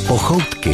Pochoutky.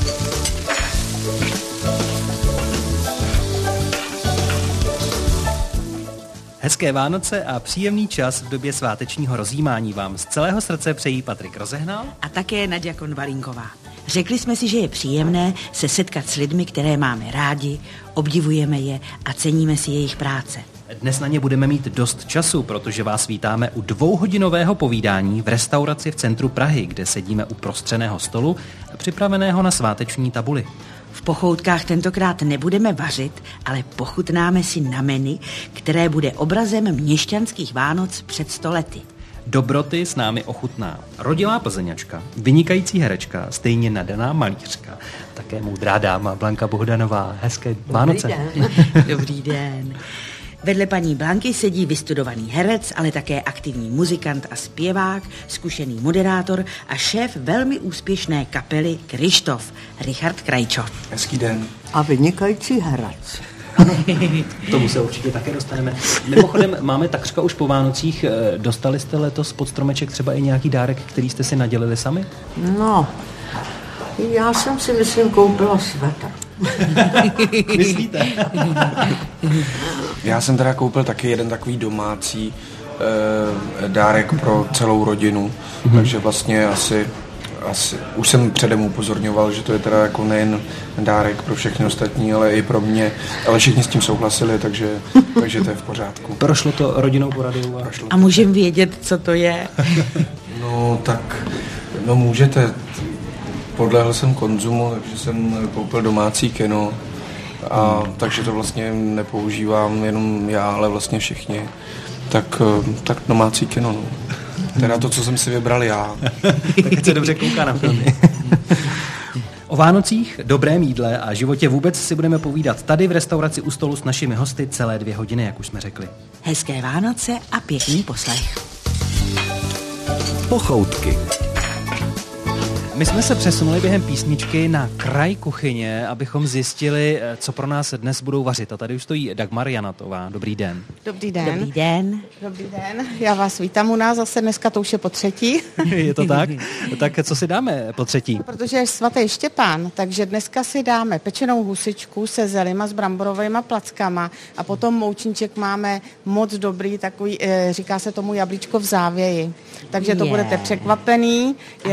Hezké Vánoce a příjemný čas v době svátečního rozjímání vám z celého srdce přejí Patrik Rozehnal a také Naďa Konvalinková. Řekli jsme si, že je příjemné se setkat s lidmi, které máme rádi, obdivujeme je a ceníme si jejich práce. Dnes na ně budeme mít dost času, protože vás vítáme u 2hodinového povídání v restauraci v centru Prahy, kde sedíme u prostřeného stolu, připraveného na sváteční tabuli. V Pochoutkách tentokrát nebudeme vařit, ale pochutnáme si na menu, které bude obrazem měšťanských Vánoc před 100 lety. Dobroty s námi ochutná rodilá Plzeňačka, vynikající herečka, stejně nadaná malířka, také moudrá dáma Blanka Bohdanová. Hezké Vánoce. Dobrý den. Vedle paní Blanky sedí vystudovaný herec, ale také aktivní muzikant a zpěvák, zkušený moderátor a šéf velmi úspěšné kapely Kryštof, Richard Krajčo. Hezký den. A vynikající herec. K tomu se určitě také dostaneme. Mimochodem, máme takřka už po Vánocích. Dostali jste letos pod stromeček třeba i nějaký dárek, který jste si nadělili sami? No, já jsem si myslím koupila svetr. Myslíte? Já jsem teda koupil taky jeden takový domácí dárek pro celou rodinu, takže vlastně asi už jsem předem upozorňoval, že to je teda jako nejen dárek pro všechny ostatní, ale i pro mě, ale všichni s tím souhlasili, takže to je v pořádku. Prošlo to rodinnou poradou? A můžeme vědět, co to je? No tak, můžete. Podlehl jsem konzumu, takže jsem koupil domácí kino, a takže to vlastně nepoužívám jenom já, ale vlastně všichni. Tak domácí kino, no. Teda to, co jsem si vybral já. Tak se dobře kouká na filmy. O Vánocích, dobrém jídle a životě vůbec si budeme povídat tady v restauraci u stolu s našimi hosty celé 2 hodiny, jak už jsme řekli. Hezké Vánoce a pěkný poslech. Pochoutky. My jsme se přesunuli během písničky na kraj kuchyně, abychom zjistili, co pro nás dnes budou vařit. A tady už stojí Dagmar Janatová. Dobrý den. Dobrý den. Dobrý den. Dobrý den. Já vás vítám u nás zase dneska, to už je po třetí. Je to tak? Tak co si dáme po třetí? Protože je svatý Štěpán, takže dneska si dáme pečenou husičku se zelima s bramborovými plackama a potom moučníček máme moc dobrý, takový, říká se tomu jablíčko v závěji. Takže to budete překvapený.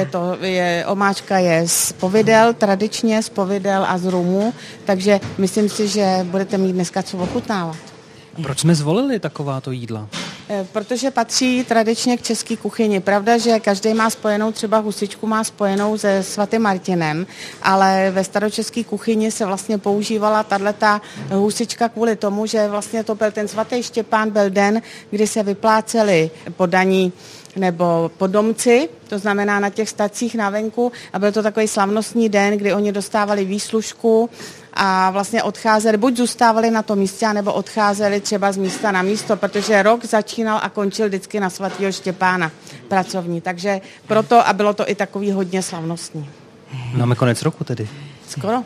Omáčka je z povidel, tradičně z povidel a z rumu, takže myslím si, že budete mít dneska co ochutnávat. Proč jsme zvolili takováto jídla? Protože patří tradičně k české kuchyni. Pravda, že každý má spojenou, třeba husičku má spojenou se svatým Martinem, ale ve staročeské kuchyni se vlastně používala tato husička kvůli tomu, že vlastně to byl ten svatý Štěpán, byl den, kdy se vypláceli podaní nebo podomci, to znamená na těch stacích na venku, a byl to takový slavnostní den, kdy oni dostávali výslužku a vlastně odcházeli, buď zůstávali na tom místě, nebo odcházeli třeba z místa na místo, protože rok začínal a končil vždycky na svatého Štěpána pracovní, takže proto a bylo to i takový hodně slavnostní. Máme konec roku tedy. Skoro.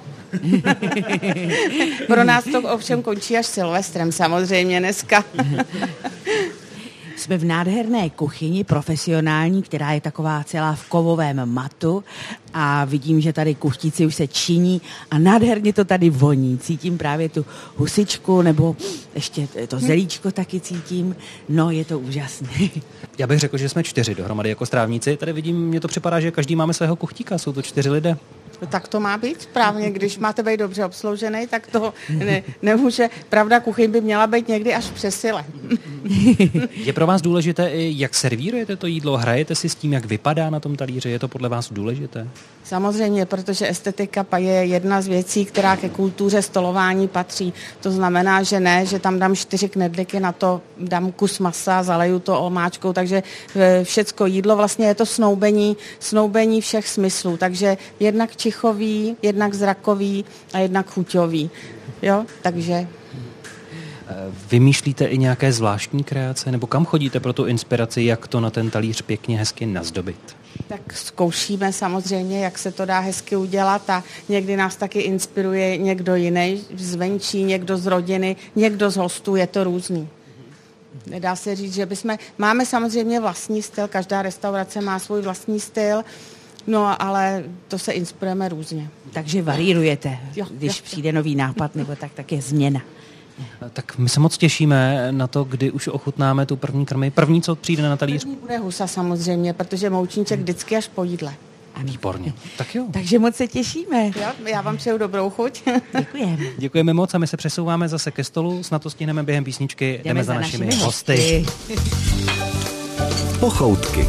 Pro nás to ovšem končí až Silvestrem samozřejmě dneska. Jsme v nádherné kuchyni profesionální, která je taková celá v kovovém matu a vidím, že tady kuchtíci už se činí a nádherně to tady voní. Cítím právě tu husičku nebo ještě to zelíčko taky cítím. No, je to úžasné. Já bych řekl, že jsme 4 dohromady jako strávníci. Tady vidím, mně to připadá, že každý máme svého kuchtíka, jsou to 4 lidé. Tak to má být správně, když máte být dobře obsloužený, tak to nemůže. Pravda, kuchyň by měla být někdy až v přesile. Je pro vás důležité i, jak servírujete to jídlo? Hrajete si s tím, jak vypadá na tom talíři? Je to podle vás důležité? Samozřejmě, protože estetika je jedna z věcí, která ke kultuře stolování patří. To znamená, že ne, že tam dám 4 knedlíky, na to dám kus masa, zaleju to omáčkou, takže všecko jídlo vlastně je to snoubení všech smyslů. Takže jednak čichový, jednak zrakový a jednak chuťový. Jo, takže... Vymýšlíte i nějaké zvláštní kreace, nebo kam chodíte pro tu inspiraci, jak to na ten talíř pěkně hezky nazdobit? Tak zkoušíme samozřejmě, jak se to dá hezky udělat a někdy nás taky inspiruje někdo jiný zvenčí, někdo z rodiny, někdo z hostů, je to různý. Nedá se říct, že máme samozřejmě vlastní styl, každá restaurace má svůj vlastní styl, No, ale to se inspirujeme různě. Takže varírujete, Jo, když jo. přijde nový nápad, nebo tak je změna. Tak my se moc těšíme na to, kdy už ochutnáme tu první krmy. První, co přijde na talíř. První bude husa samozřejmě, protože moučníček vždycky až po jídle. Výborně. Tak jo. Takže moc se těšíme. Jo, já vám přeju dobrou chuť. Děkujeme. Děkujeme moc a my se přesouváme zase ke stolu. Snad to stihneme během písničky. Jdeme za našimi hosty. Pochoutky.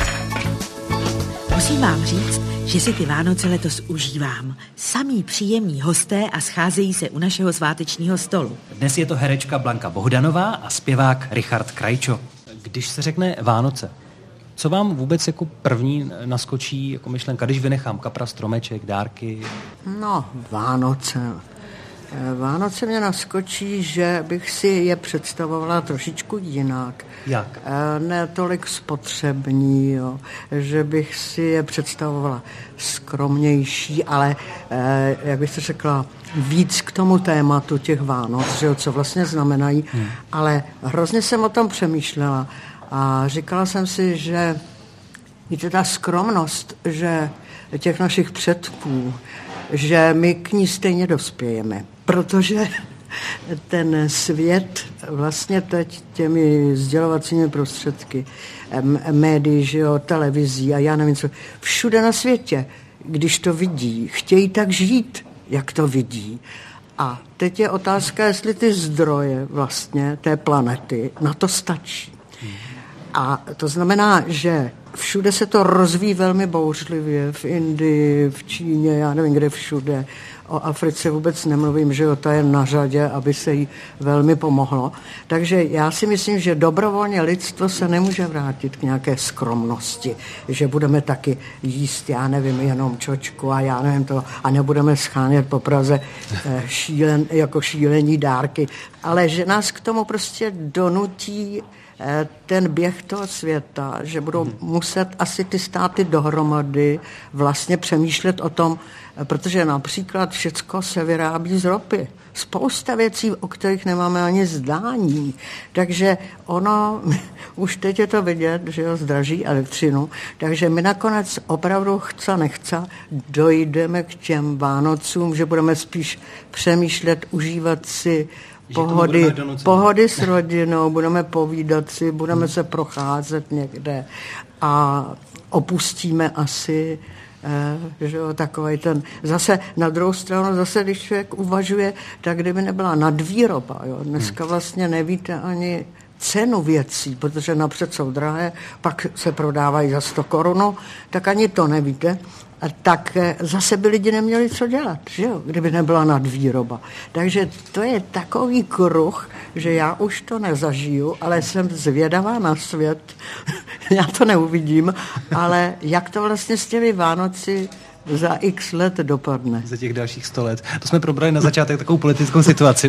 Musím vám říct, že si ty Vánoce letos užívám. Samí příjemní hosté a scházejí se u našeho svátečního stolu. Dnes je to herečka Blanka Bohdanová a zpěvák Richard Krajčo. Když se řekne Vánoce, co vám vůbec jako první naskočí jako myšlenka, když vynechám kapra, stromeček, dárky? No, Vánoce. Vánoce mě naskočí, že bych si je představovala trošičku jinak. Jak? Ne tolik spotřební, jo. Že bych si je představovala skromnější, ale jak bych to řekla, víc k tomu tématu těch Vánoc, že jo, co vlastně znamenají. Ale hrozně jsem o tom přemýšlela a říkala jsem si, že víte, ta skromnost, že těch našich předků, že my k ní stejně dospějeme, protože ten svět vlastně teď těmi sdělovacími prostředky, médií, že jo, televizí a já nevím co, všude na světě, když to vidí, chtějí tak žít, jak to vidí. A teď je otázka, jestli ty zdroje vlastně té planety na to stačí. A to znamená, že všude se to rozvíjí velmi bouřlivě, v Indii, v Číně, já nevím kde všude. O Africe vůbec nemluvím, že jo, ta je na řadě, aby se jí velmi pomohlo. Takže já si myslím, že dobrovolně lidstvo se nemůže vrátit k nějaké skromnosti, že budeme taky jíst, já nevím, jenom čočku a já nevím to, a nebudeme schánět po Praze jako šílení dárky, ale že nás k tomu prostě donutí ten běh toho světa, že budou muset asi ty státy dohromady vlastně přemýšlet o tom, protože například všecko se vyrábí z ropy. Spousta věcí, o kterých nemáme ani zdání. Takže ono, už teď je to vidět, že jo, zdraží elektřinu, takže my nakonec opravdu chce nechce dojdeme k těm Vánocům, že budeme spíš přemýšlet, užívat si pohody s rodinou, budeme povídat si, budeme se procházet někde a opustíme asi že jo, takovej ten, zase na druhou stranu, zase když člověk uvažuje, tak kdyby nebyla nadvýroba, jo, dneska vlastně nevíte ani cenu věcí, protože napřed jsou drahé, pak se prodávají za 100 korun, tak ani to nevíte, tak zase by lidi neměli co dělat, že jo, kdyby nebyla nadvýroba. Takže to je takový kruh, že já už to nezažiju, ale jsem zvědavá na svět. Já to neuvidím, ale jak to vlastně s těmi Vánoci za x let dopadne. Za těch dalších 100 let. To jsme probrali na začátek takovou politickou situaci.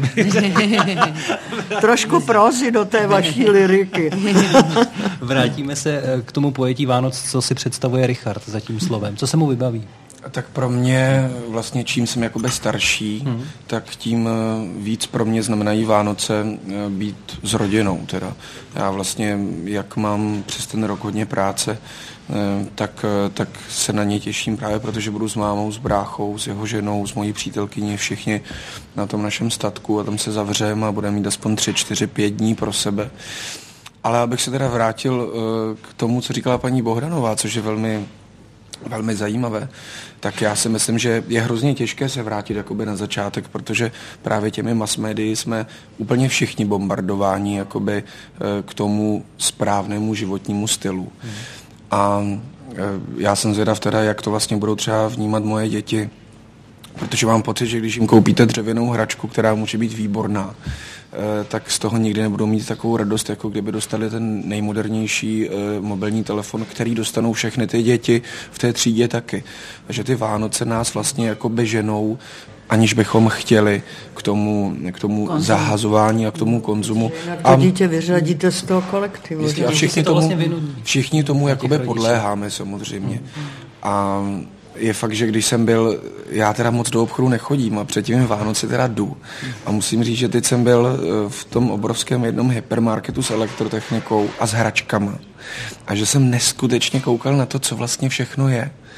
Trošku prózy do té vaší lyriky. Vrátíme se k tomu pojetí Vánoc, co si představuje Richard za tím slovem. Co se mu vybaví? Tak pro mě vlastně čím jsem jakoby starší, tak tím víc pro mě znamenají Vánoce být s rodinou. Teda. Já vlastně, jak mám přes ten rok hodně práce, tak se na ně těším právě, protože budu s mámou, s bráchou, s jeho ženou, s mojí přítelkyní, všichni na tom našem statku a tam se zavřeme a budeme mít aspoň 3, 4, 5 dní pro sebe. Ale abych se teda vrátil k tomu, co říkala paní Bohdanová, což je velmi, velmi zajímavé, tak já si myslím, že je hrozně těžké se vrátit jakoby na začátek, protože právě těmi mass médii jsme úplně všichni bombardováni jakoby k tomu správnému životnímu stylu. A já jsem zvědav teda, jak to vlastně budou třeba vnímat moje děti, protože mám pocit, že když jim koupíte dřevěnou hračku, která může být výborná, tak z toho nikdy nebudou mít takovou radost, jako kdyby dostali ten nejmodernější mobilní telefon, který dostanou všechny ty děti v té třídě taky. Takže ty Vánoce nás vlastně jakoby ženou, aniž bychom chtěli k tomu zahazování a k tomu konzumu. A to dítě vyřadíte z toho kolektivu. A všichni tomu jakoby podléháme samozřejmě. A je fakt, že když jsem byl, já teda moc do obchodu nechodím a před těmi Vánoci teda jdu. A musím říct, že teď jsem byl v tom obrovském jednom hypermarketu s elektrotechnikou a s hračkama. A že jsem neskutečně koukal na to, co vlastně všechno je.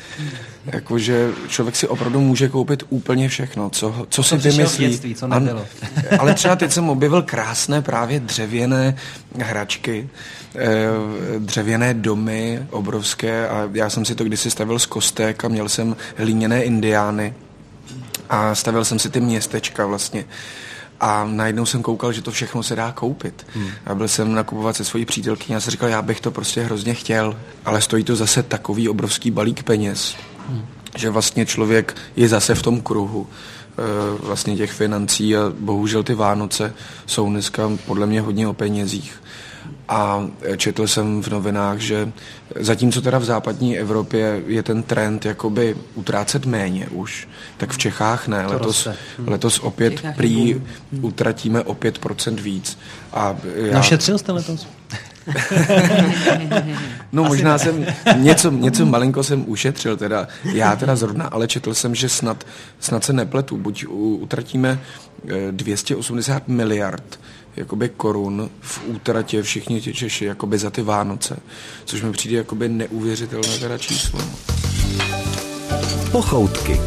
Jakože člověk si opravdu může koupit úplně všechno, co si vymyslí. Dětství, co nebylo. Ale třeba teď jsem objevil krásné právě dřevěné hračky, dřevěné domy obrovské a já jsem si to kdysi stavil z kostek a měl jsem hlíněné indiány a stavil jsem si ty městečka vlastně. A najednou jsem koukal, že to všechno se dá koupit. A byl jsem nakupovat se svojí přítelkyní a jsem říkal, já bych to prostě hrozně chtěl, ale stojí to zase takový obrovský balík peněz, že vlastně člověk je zase v tom kruhu vlastně těch financí a bohužel ty Vánoce jsou dneska podle mě hodně o penězích. A četl jsem v novinách, že zatímco teda v západní Evropě je ten trend jakoby utrácet méně už, tak v Čechách ne. Letos opět prý utratíme o 5% víc. A No šetřil jste letos? No možná jsem něco malinko jsem ušetřil teda. Já teda zrovna, ale četl jsem, že snad se nepletu. Buď utratíme 280 miliard jakoby korun v útratě všichni ti Češi jakoby za ty Vánoce, což mi přijde jakoby neuvěřitelné teda číslo. Pochoutky.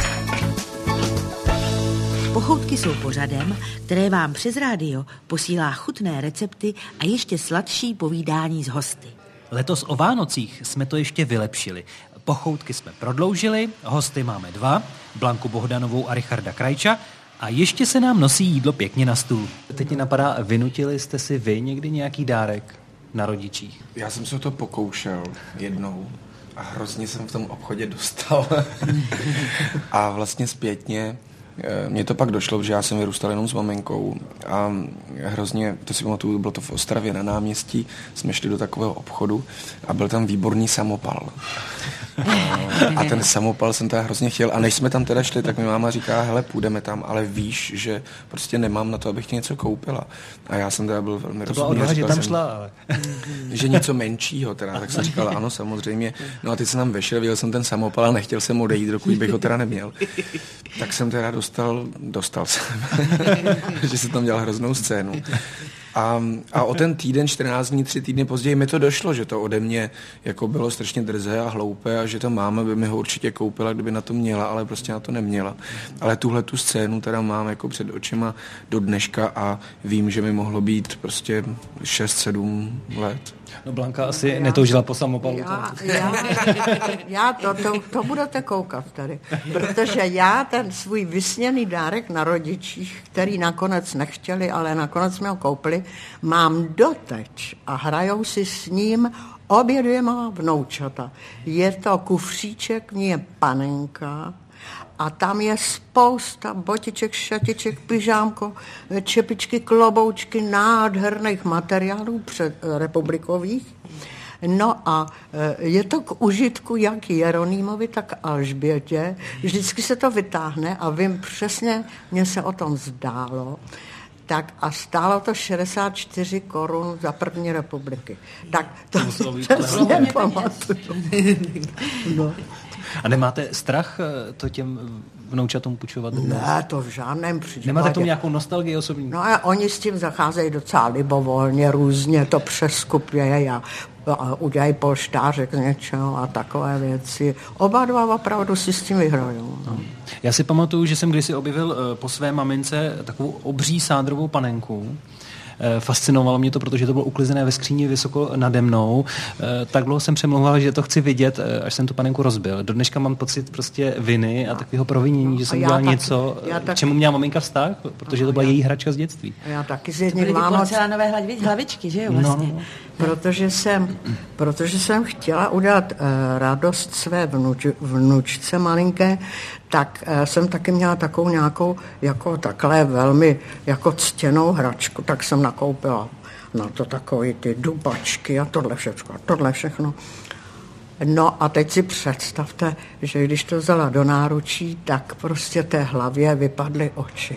Pochoutky jsou pořadem, které vám přes rádio posílá chutné recepty a ještě sladší povídání s hosty. Letos o Vánocích jsme to ještě vylepšili. Pochoutky jsme prodloužili, hosty máme 2, Blanku Bohdanovou a Richarda Krajča, a ještě se nám nosí jídlo pěkně na stůl. Teď mě napadá, vynutili jste si vy někdy nějaký dárek na rodičích? Já jsem se to pokoušel jednou a hrozně jsem v tom obchodě dostal. A vlastně zpětně mně to pak došlo, že já jsem vyrůstal jenom s maminkou a hrozně, to si pamatuju, bylo to v Ostravě na náměstí, jsme šli do takového obchodu a byl tam výborný samopal. A ten samopal jsem teda hrozně chtěl a než jsme tam teda šli, tak mi máma říká, hele, půjdeme tam, ale víš, že prostě nemám na to, abych ti něco koupila. A já jsem teda byl velmi rozumný. To byla odvaha, že tam šla, ale... Že něco menšího teda, tak jsem říkal, ano, samozřejmě. No a teď jsem tam vešel, viděl jsem ten samopal a nechtěl jsem odejít, dokud bych ho teda neměl. Tak jsem teda dostal jsem, že jsem tam dělal hroznou scénu. A o ten týden, 14 dní, 3 týdny později mi to došlo, že to ode mě jako bylo strašně drzé a hloupé a že ta máma by mi ho určitě koupila, kdyby na to měla, ale prostě na to neměla. Ale tuhle tu scénu teda mám jako před očima do dneška a vím, že mi mohlo být prostě 6-7 let. No Blanka asi netoužila po samopalu. To budete koukat tady, protože já ten svůj vysněný dárek na rodičích, který nakonec nechtěli, ale nakonec mi ho koupili, mám doteď a hrajou si s ním obě 2 vnoučata. Je to kufříček, v ní je panenka a tam je spousta botiček, šatiček, pyžámko, čepičky, kloboučky, nádherných materiálů republikových. No a je to k užitku jak Jeronýmovi, tak Alžbětě. Vždycky se to vytáhne a vím přesně, mně se o tom zdálo. Tak a stálo to 64 korun za první republiky. Tak to přesně pamatuju. No. A nemáte strach to těm vnoučatům půjčovat? Ne, to v žádném případě. Nemáte k tomu nějakou nostalgii osobní? No a oni s tím zacházejí docela libovolně, různě to přeskupějí a udělají polštářek z něčeho a takové věci. Oba 2 opravdu si s tím vyhrajou. No. Já si pamatuju, že jsem kdysi objevil po své mamince takovou obří sádrovou panenku. Fascinovalo mě to, protože to bylo uklizené ve skříni vysoko nade mnou. Tak dlouho jsem přemlouval, že to chci vidět, až jsem tu panenku rozbil. Do dneška mám pocit prostě viny a takového provinění, že jsem udělal něco, k čemu měla maminka vztah, protože to byla její hračka z dětství. Já taky z jedných Vánoc. Vánoc. Porcelánové hlavičky, že jo, vlastně. No. Protože jsem chtěla udělat radost své vnučce malinké, tak jsem taky měla takovou nějakou, jako takhle velmi jako ctěnou hračku, tak jsem nakoupila na to takové ty dubačky a tohle všechno. No a teď si představte, že když to vzala do náručí, tak prostě té hlavě vypadly oči.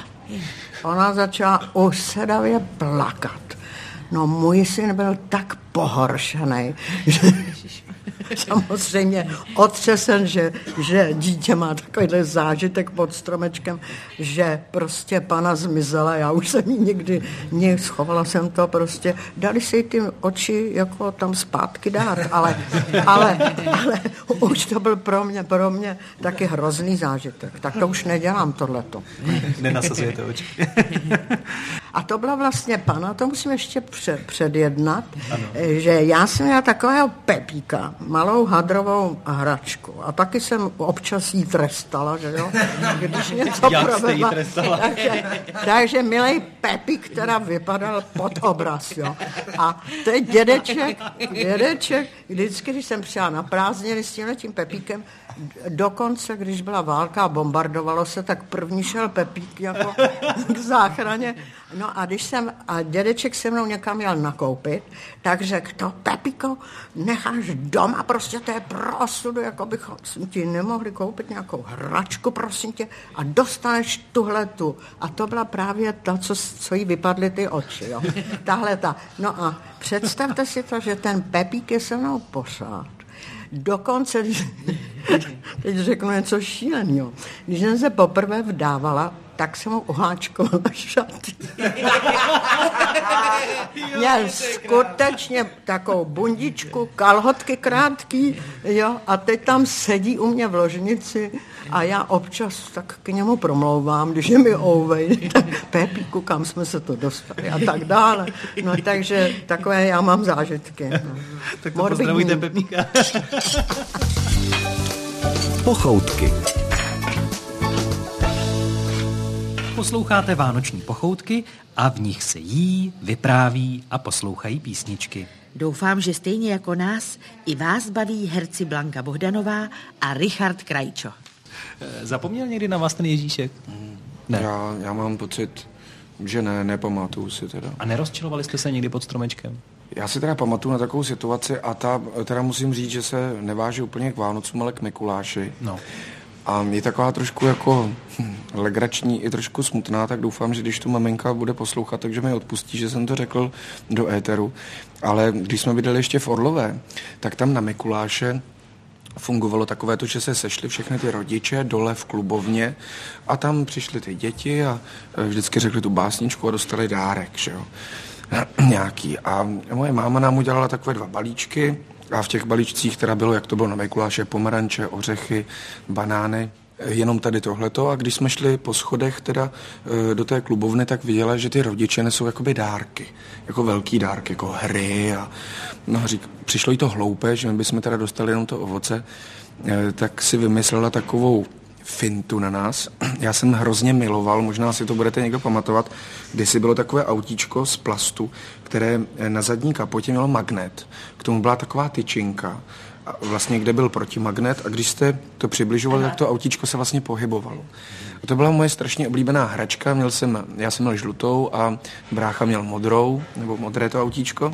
Ona začala usedavě plakat. No můj syn byl tak pohoršený, samozřejmě otřesen, že dítě má takovýhle zážitek pod stromečkem, že prostě pana zmizela, já už jsem jí někdy schovala jsem to prostě, dali si ty oči jako tam zpátky dát, ale už to byl pro mě taky hrozný zážitek, tak to už nedělám tohleto. Nenasazujete oči. A to byla vlastně pana, to musím ještě předjednat, že já jsem měla takového Pepíka, malou hadrovou hračku a taky jsem občas jí trestala, že jo, když něco provedla. Takže milej Pepík, která vypadal pod obraz, jo. A ten dědeček, vždycky, když jsem přijela na prázdniny s tímhletím Pepíkem, dokonce, když byla válka a bombardovalo se, tak první šel Pepík jako k záchraně. No a a dědeček se mnou někam jel nakoupit, tak řekl to, Pepíko, necháš doma, prostě to je pro osudu, jako bychom ti nemohli koupit nějakou hračku, prosím tě, a dostaneš tuhletu. A to byla právě ta, co jí vypadly ty oči, jo. Tahleta. No a představte si to, že ten Pepík je se mnou pořád. Dokonce, teď řeknu něco šíleného, když jsem se poprvé vdávala, tak jsem mu uháčkovala šaty. Měl skutečně takovou bundičku, kalhotky krátký, jo, a teď tam sedí u mě v ložnici a já občas tak k němu promlouvám, když je mi ouvej, tak Pepíku, kam jsme se to dostali a tak dále. No takže takové já mám zážitky. No. Tak to pozdravujte Pepíka. Pochoutky. Posloucháte vánoční pochoutky a v nich se jí, vypráví a poslouchají písničky. Doufám, že stejně jako nás i vás baví herci Blanka Bohdanová a Richard Krajčo. Zapomněl někdy na vás ten Ježíšek? Ne. Já mám pocit, že nepamatuju si teda. A nerozčilovali jste se někdy pod stromečkem? Já si teda pamatuju na takovou situaci a teda musím říct, že se neváží úplně k Vánocům, ale k Mikuláši. No. A je taková trošku jako legrační i trošku smutná, tak doufám, že když tu maminka bude poslouchat, takže mi odpustí, že jsem to řekl do éteru. Ale když jsme bydleli ještě v Orlové, tak tam na Mikuláše fungovalo takové to, že se sešli všechny ty rodiče dole v klubovně a tam přišly ty děti a vždycky řekli tu básničku a dostali dárek, že jo, nějaký. A moje máma nám udělala takové 2 balíčky a v těch balíčcích teda bylo, jak to bylo na Mikuláše, pomeranče, ořechy, banány, jenom tady tohleto. A když jsme šli po schodech teda do té klubovny, tak viděla, že ty rodiče nesou jakoby dárky, jako velký dárky, jako hry a no, přišlo jí to hloupé, že my bychom teda dostali jenom to ovoce, tak si vymyslela takovou fintu na nás. Já jsem hrozně miloval, možná si to budete někdo pamatovat, kdysi bylo takové autíčko z plastu, které na zadní kapotě mělo magnet. K tomu byla taková tyčinka, vlastně kde byl protimagnet a když jste to přibližovali, tak to autíčko se vlastně pohybovalo. A to byla moje strašně oblíbená hračka, já jsem měl žlutou a brácha měl modrou, nebo modré to autíčko.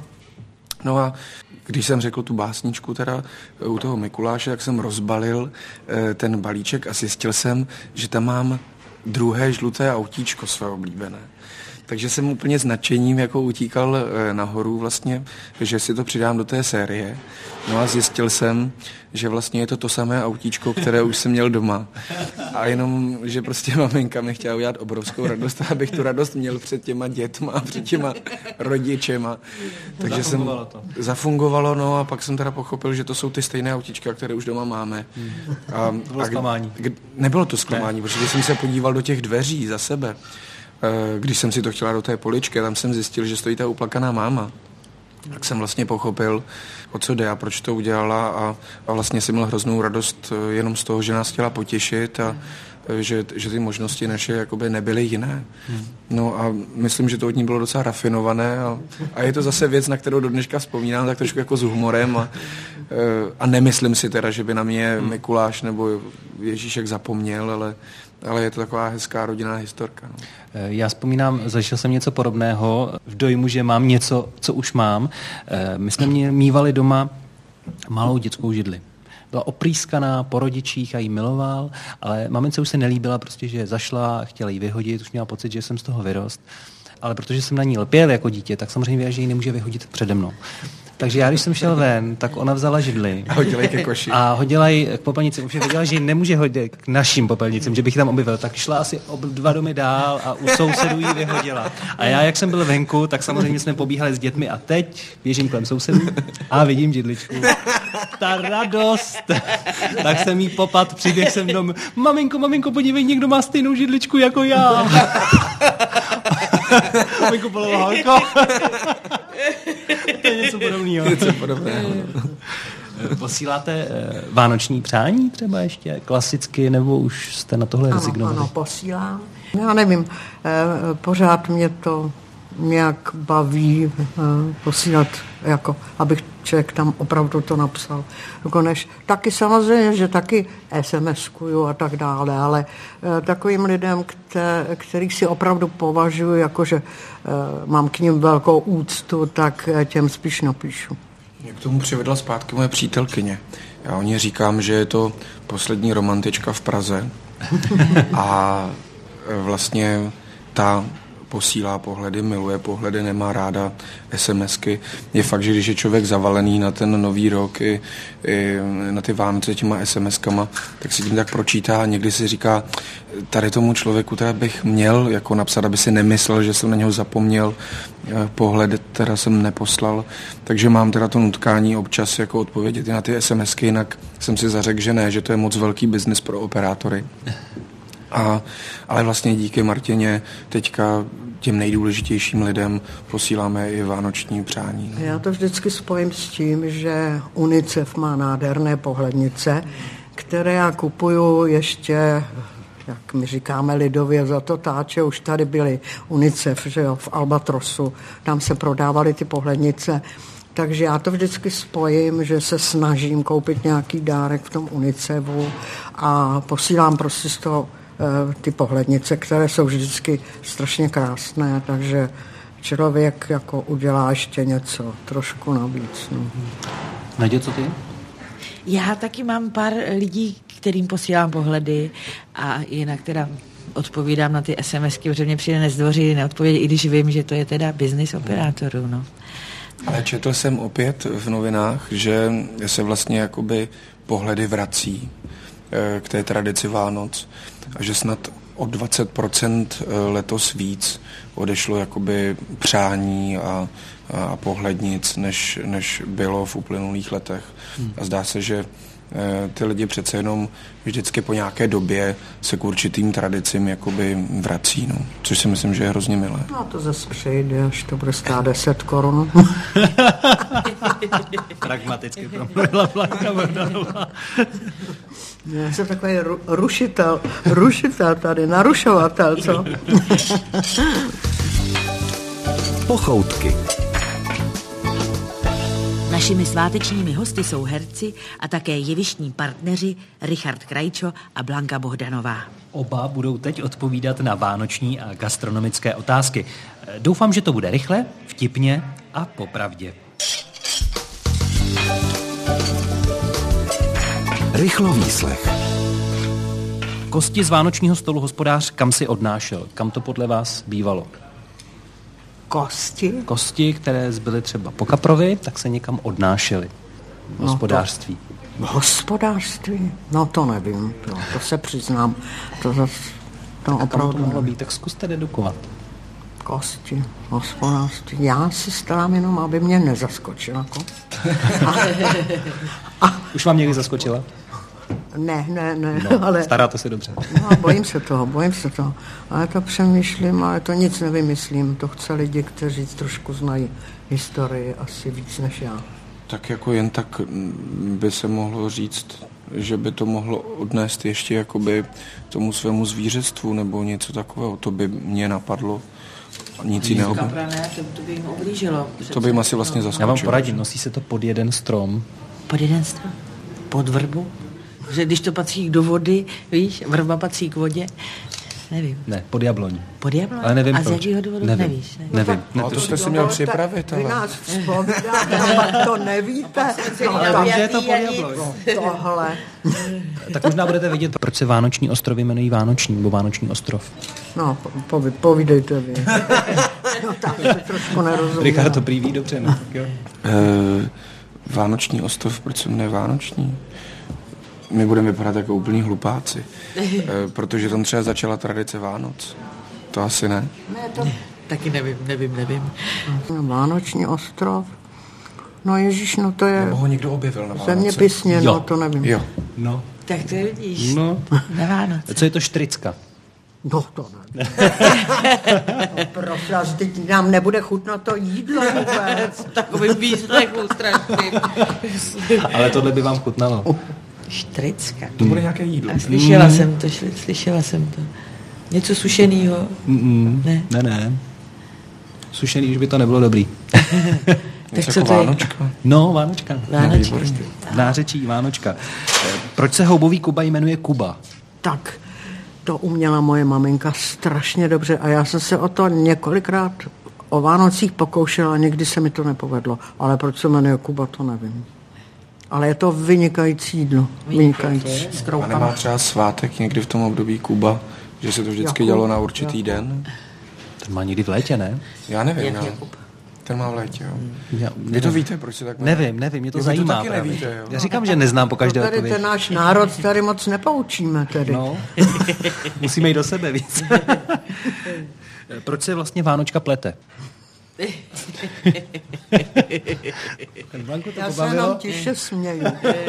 No a když jsem řekl tu básničku teda u toho Mikuláše, tak jsem rozbalil ten balíček a zjistil jsem, že tam mám druhé žluté autíčko své oblíbené. Takže jsem úplně s nadšením jako utíkal nahoru vlastně, že si to přidám do té série. No a zjistil jsem, že vlastně je to samé autíčko, které už jsem měl doma. A jenom, že prostě maminka mi chtěla udělat obrovskou radost, abych tu radost měl před těma dětma a před těma rodičema. Takže zafungovalo, no a pak jsem teda pochopil, že to jsou ty stejné autíčka, které už doma máme. To bylo zklamání. Nebylo to zklamání, protože jsem se podíval do těch dveří za sebe. Když jsem si to chtěla do té poličky, tam jsem zjistil, že stojí ta uplakaná máma. Tak jsem vlastně pochopil, o co jde a proč to udělala a vlastně jsem měl hroznou radost jenom z toho, že nás chtěla potěšit a že ty možnosti naše jakoby nebyly jiné. No a myslím, že to od ní bylo docela rafinované a je to zase věc, na kterou do dneška vzpomínám tak trošku jako s humorem a nemyslím si teda, že by na mě Mikuláš nebo Ježíšek zapomněl, ale je to taková hezká rodinná historka. No. Já vzpomínám, zažil jsem něco podobného v dojmu, že mám něco, co už mám. My jsme mívali doma malou dětskou židli. Byla oprýskaná po rodičích a jí miloval, ale mamince už se nelíbila, prostě, že zašla, chtěla jí vyhodit, už měla pocit, že jsem z toho vyrost. Ale protože jsem na ní lpěl jako dítě, tak samozřejmě věděla, že ji nemůže vyhodit přede mnou. Takže já, když jsem šel ven, tak ona vzala židli. A hodila ji ke koši. A hodila ji k popelnici. Už věděla, že ji nemůže hodit k našim popelnicím, že bych tam objevil. Tak šla asi 2 domy dál a u sousedů ji vyhodila. A já, jak jsem byl venku, tak samozřejmě jsme pobíhali s dětmi a teď běžím kolem sousedů a vidím židličku. Ta radost. Tak jsem jí popad, přiběh jsem domů. Maminko, podívej, někdo má stejnou židličku jako já. Maminko polovala horko. To je něco podobného. Posíláte vánoční přání třeba ještě klasicky, nebo už jste na tohle rezignovali? Ano, posílám. Já nevím, pořád mě to nějak baví posílat, jako abych člověk tam opravdu to napsal. Taky samozřejmě, že taky SMS-kuju a tak dále, ale takovým lidem, kterých si opravdu považuji, jakože mám k nim velkou úctu, tak těm spíš napíšu. Mě k tomu přivedla zpátky moje přítelkyně. Já o ní říkám, že je to poslední romantička v Praze a vlastně ta posílá pohledy, miluje pohledy, nemá ráda SMSky. Je fakt, že když je člověk zavalený na ten nový rok i na ty Vánoce těma SMSkama, tak si tím tak pročítá a někdy si říká, tady tomu člověku teda bych měl jako napsat, aby si nemyslel, že jsem na něho zapomněl, pohled teda jsem neposlal, takže mám teda to nutkání občas jako odpovědět i na ty SMSky, jinak jsem si zařekl, že ne, že to je moc velký biznis pro operátory. Ale vlastně díky Martině teďka těm nejdůležitějším lidem posíláme i vánoční přání. Já to vždycky spojím s tím, že UNICEF má nádherné pohlednice, které já kupuju ještě, jak my říkáme lidově, za to táče, už tady byly UNICEF, že jo, v Albatrosu, tam se prodávaly ty pohlednice. Takže já to vždycky spojím, že se snažím koupit nějaký dárek v tom UNICEFu a posílám prostě z toho ty pohlednice, které jsou vždycky strašně krásné, takže člověk jako udělá ještě něco trošku navíc. No. Naděj, co ty? Já taky mám pár lidí, kterým posílám pohledy a jinak teda odpovídám na ty SMSky, protože mě přijde nezdvoří neodpovědět, i když vím, že to je teda biznis operátorů. No. Ale četl jsem opět v novinách, že se vlastně jakoby pohledy vrací k té tradici Vánoc a že snad o 20% letos víc odešlo jakoby přání a pohlednic, než bylo v uplynulých letech. A zdá se, že ty lidi přece jenom vždycky po nějaké době se k určitým tradicím jakoby vrací, no. Což si myslím, že je hrozně milé. No to zase přejde, až to bude stát 10 korun. Pragmaticky promluvila Blanka Bohdanová. Já jsem takový rušitel tady, narušovatel, co? Pochoutky. Našimi svátečními hosty jsou herci a také jevištní partneři Richard Krajčo a Blanka Bohdanová. Oba budou teď odpovídat na vánoční a gastronomické otázky. Doufám, že to bude rychle, vtipně a popravdě. Rychlovýslech. Kosti z vánočního stolu hospodář kam si odnášel? Kam to podle vás bývalo? Kosti? Kosti, které zbyly třeba po kaprovi, tak se někam odnášely v hospodářství. V hospodářství? No to nevím, to se přiznám. To opravdu to mohlo být, tak zkuste dedukovat. Kosti, hospodářství. Já si starám jenom, aby mě nezaskočila. Už vám někdy zaskočila? Ne, no, ale... Staráte se dobře. No, bojím se toho. Ale to přemýšlím, ale to nic nevymyslím. To chce lidi, kteří trošku znají historii asi víc než já. Tak jako jen tak by se mohlo říct, že by to mohlo odnést ještě jakoby tomu svému zvířectvu nebo něco takového. To by mě napadlo. Nic jiného. To by jim oblížilo. To by jim asi vlastně zaskočilo. Já vám poradím, nosí se to pod jeden strom. Pod jeden strom? Pod vrbu? Že když to patří do vody, víš, vrba patří k vodě. nevím. Ne, pod jabloní. Pod jabloní? Ale nevím a z proč. jakého důvodu Nevím. nevíš? Ne? Nevím. No to jste si měl připravit, Vy ale... nás vzpomínáte, ale to nevíte. Ale je to pod jabloní. Tohle. Tak možná budete vědět, proč se Vánoční ostrovy jmenují Vánoční, nebo Vánoční ostrov. No, povídejte vy. No tak to trošku nerozumím. Richard to prý ví dobře, no. Jo. Vánoční ostrov, proč se jmenuje Vánoční? My budeme vypadat jako úplní hlupáci, protože tam třeba začala tradice Vánoc. To asi ne. Taky nevím. Vánoční ostrov? No Ježíš, no to je Nebo ho někdo objevil na Vánoce. zeměpisně, Jo. no to nevím. Jo. No. Tak to vidíš. No. Na Vánoce. Co je to štricka? No to ne. No, prosím vás, teď nám nebude chutnat to jídlo vůbec. Takovým výsledkům strašným. Ale tohle by vám chutnalo. Štricka. To bude nějaké jídlo. A slyšela jsem to. Něco sušenýho? Ne. Ne. Sušený už by to nebylo dobrý. Něco co jako to je? Vánočka. No, Vánočka. Vánoční. Nářečí Vánočka. Proč se houbový Kuba jmenuje Kuba? Tak, to uměla moje maminka strašně dobře a já jsem se o to několikrát o Vánocích pokoušela, někdy se mi to nepovedlo, ale proč se jmenuje Kuba, to nevím. Ale je to vynikající jídlo. Vynikající. A nemá třeba svátek někdy v tom období Kuba, že se to vždycky Jakub. dělo na určitý den? Ten má někdy v létě, ne? Já nevím, no. Jakub. Ten má v létě, jo. Já, Vy to víte, proč se tak jmenuje? Nevím, mě to Jo, vy to zajímá. taky právě. nevíte, jo. Já říkám, že neznám po každé Tady odpověď. ten náš národ tady moc nepoučíme tedy. No, musíme jít do sebe víc. Proč se vlastně Vánočka plete? Blanku to Já se pobavilo? jenom tiše směju.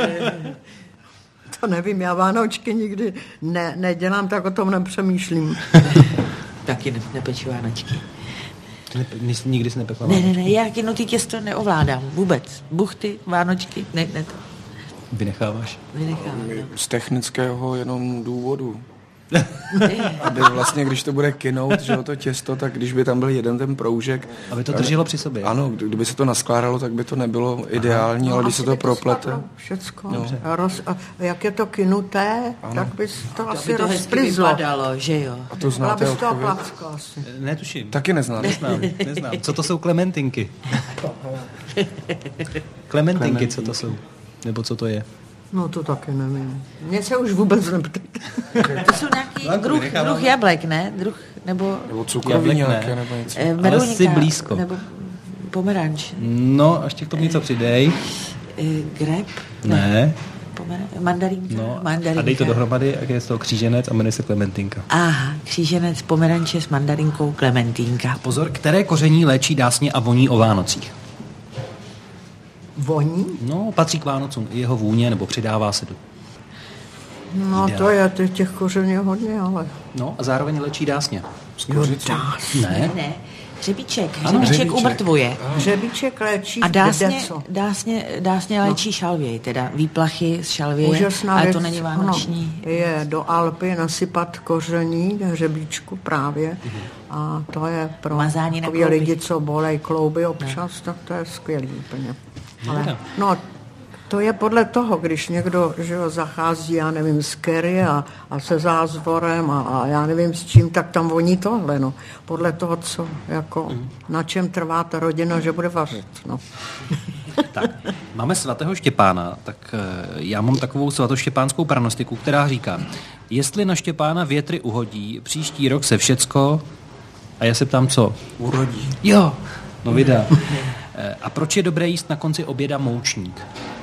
To nevím, já Vánočky nikdy nedělám, tak o tom nepřemýšlím. Taky nepeču Vánočky. Nikdy jsi nepekla Ne, já ty těsto neovládám vůbec. Buchty, Vánočky, ne to. Vynecháváš? Vynechám. Z technického jenom důvodu. Aby vlastně, když to bude kynout, že jo, to těsto, tak když by tam byl jeden ten proužek... Aby to drželo při sobě. Ano, kdyby se to naskládalo, tak by to nebylo ideální, ale když se to proplete... Všecko. A jak je to kynuté, tak by to asi Aby to hezky rozplyzlo. vypadalo, že jo. A to Byla znáte by z toho odpověď? placka asi. Netuším. Taky neznáte. Neznám. Co to jsou klementinky? Klementinky, co to jsou? Nebo co to je? No to taky nevím. Mně se už vůbec neptejte. To jsou nějaký druh jablek, ne? Nebo Nebo cukroví Jablek ne. nějaké, nebo něco. meruňka, jsi blízko. Nebo pomeranč. No, ještě k tomu něco přidej. Grep? Ne. Mandarínka? No, Mandarínka. a dej to dohromady, jak je z toho kříženec a jmenuje se klementinka. Aha, kříženec, pomeranče s mandarinkou, klementínka. Pozor, které koření léčí dásně a voní o Vánocích? Voní? No, patří k Vánocům i jeho vůně, nebo přidává se do... No to je těch koření hodně, ale... No, a zároveň léčí dásně. Ne? Ne, hřebíček. Ano, Hřebíček hřebíček. umrtvuje. Hřebíček léčí A kde co? dásně léčí šalvěj, teda výplachy z šalvěje, Úžasná ale věc, to není vánoční. Ano, je do Alpy nasypat koření hřebíčku právě a to je pro Mazání na takový klouby. lidi, co bolej klouby občas, tak to je skvělý úplně. Ale, no, to je podle toho, když někdo že jo, zachází, já nevím, s curry a se zázvorem a já nevím s čím, tak tam voní tohle, no. Podle toho, co, jako, na čem trvá ta rodina, že bude vařit, no. Tak, máme svatého Štěpána, tak já mám takovou svatoštěpánskou pranostiku, která říká, jestli na Štěpána větry uhodí, příští rok se všecko, a já se ptám, co? Urodí. Jo, no vydá. A proč je dobré jíst na konci oběda moučník?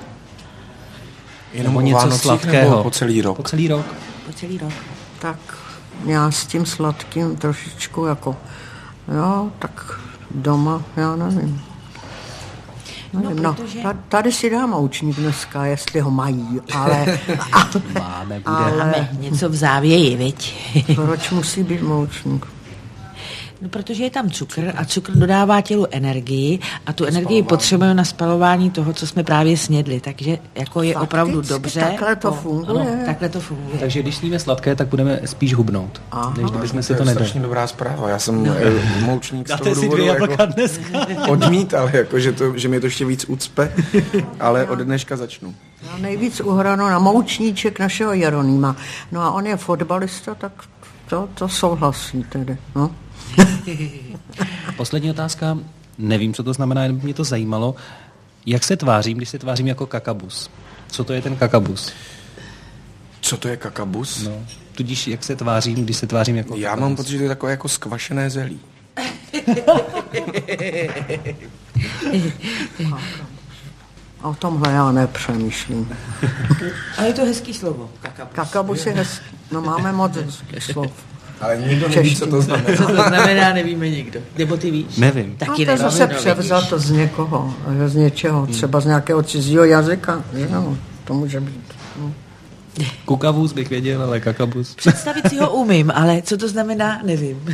Jenom Nebo o něco Vánocích sladkého? nebo po celý rok? Po celý rok. Po celý rok. Tak já s tím sladkým trošičku jako, jo, tak doma, já nevím. protože- Tady si dám moučník dneska, jestli ho mají, ale Máme, bude. Máme něco v závěji, viď? proč musí být moučník? No, protože je tam cukr a cukr dodává tělu energii a tu energii potřebujeme na spalování toho, co jsme právě snědli. Takže jako je opravdu Fakticky dobře. takhle to funguje. Ano, takhle to funguje. Takže když sníme sladké, tak budeme spíš hubnout. Než kdybychom si to nedali. strašně dobrá zpráva. Já jsem moučník z Dáte toho si důvodu 2 jako jablka dneska. odmítal, jako, že mě to ještě víc ucpe, ale od dneška začnu. Já nejvíc uhranu na moučníček našeho Jeronýma. No a on je fotbalista, tak to souhlasí tedy, no. Poslední otázka, nevím, co to znamená, jen by mě to zajímalo. Jak se tvářím, když se tvářím jako kakabus? Co to je ten kakabus? Co to je kakabus? No, tudíž jak se tvářím, když se tvářím jako Já kakabus? mám pocit, že to je takové jako skvašené zelí. O tomhle já nepřemýšlím. Ale je to hezký slovo. Kakabus je hezký. No máme moc hezkých slov. Ale nikdo neví, co to znamená. Co to znamená, nevíme nikdo. Nebo ty víš? Nevím. A Taky to je nevím. zase převzato z někoho, z něčeho, třeba z nějakého cizího jazyka. Jo, to může být. No. Kukavus bych věděl, ale kakabus. Představit si ho umím, ale co to znamená, nevím.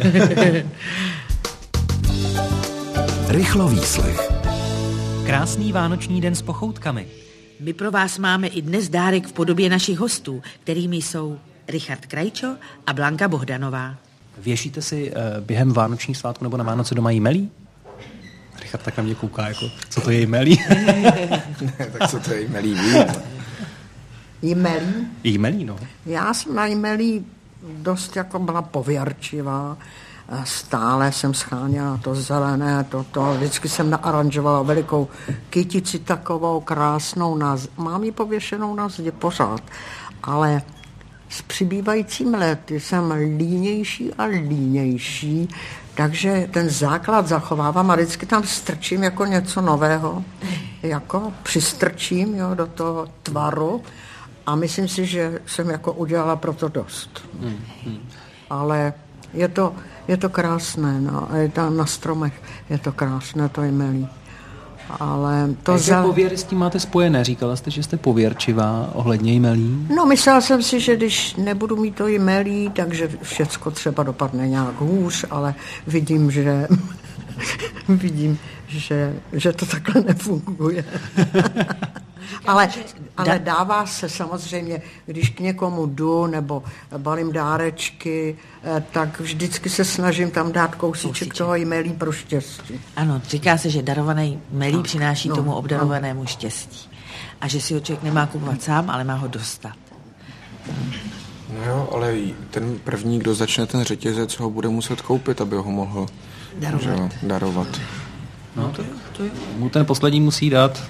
Rychlovýslech. Krásný vánoční den s pochoutkami. My pro vás máme i dnes dárek v podobě našich hostů, kterými jsou Richard Krajčo a Blanka Bohdanová. Věšíte si během vánočních svátků nebo na Vánoce doma jmelí? Richard tak na mě kouká, jako, co to je jmelí? Tak co to je jmelí? Jmelí? Jmelí, no. Já jsem na jmelí dost jako byla pověrčivá. Stále jsem scháněla to zelené, toto. Vždycky jsem naaranžovala velikou kytici takovou krásnou. Mám ji pověšenou na zdi pořád. Ale s přibývajícím lety jsem línější a línější, takže ten základ zachovávám a vždycky tam strčím jako něco nového. Jako přistrčím, jo, do toho tvaru a myslím si, že jsem jako udělala pro to dost. Ale je to krásné, no, je tam na stromech, je to krásné, to jmelí. Ale to Takže pověry s tím máte spojené. Říkala jste, že jste pověrčivá ohledně jmelí? No, myslela jsem si, že když nebudu mít to jmelí, takže všecko třeba dopadne nějak hůř, ale vidím, že to takhle nefunguje. Ale dává se samozřejmě, když k někomu jdu nebo balím dárečky, tak vždycky se snažím tam dát kousíček toho jmelí pro štěstí. Ano, říká se, že darovaný melí přináší tomu obdarovanému štěstí. A že si ho člověk nemá kupovat sám, ale má ho dostat. No jo, ale ten první, kdo začne ten řetězec, ho bude muset koupit, aby ho mohl darovat. No, to je. Mu ten poslední musí dát.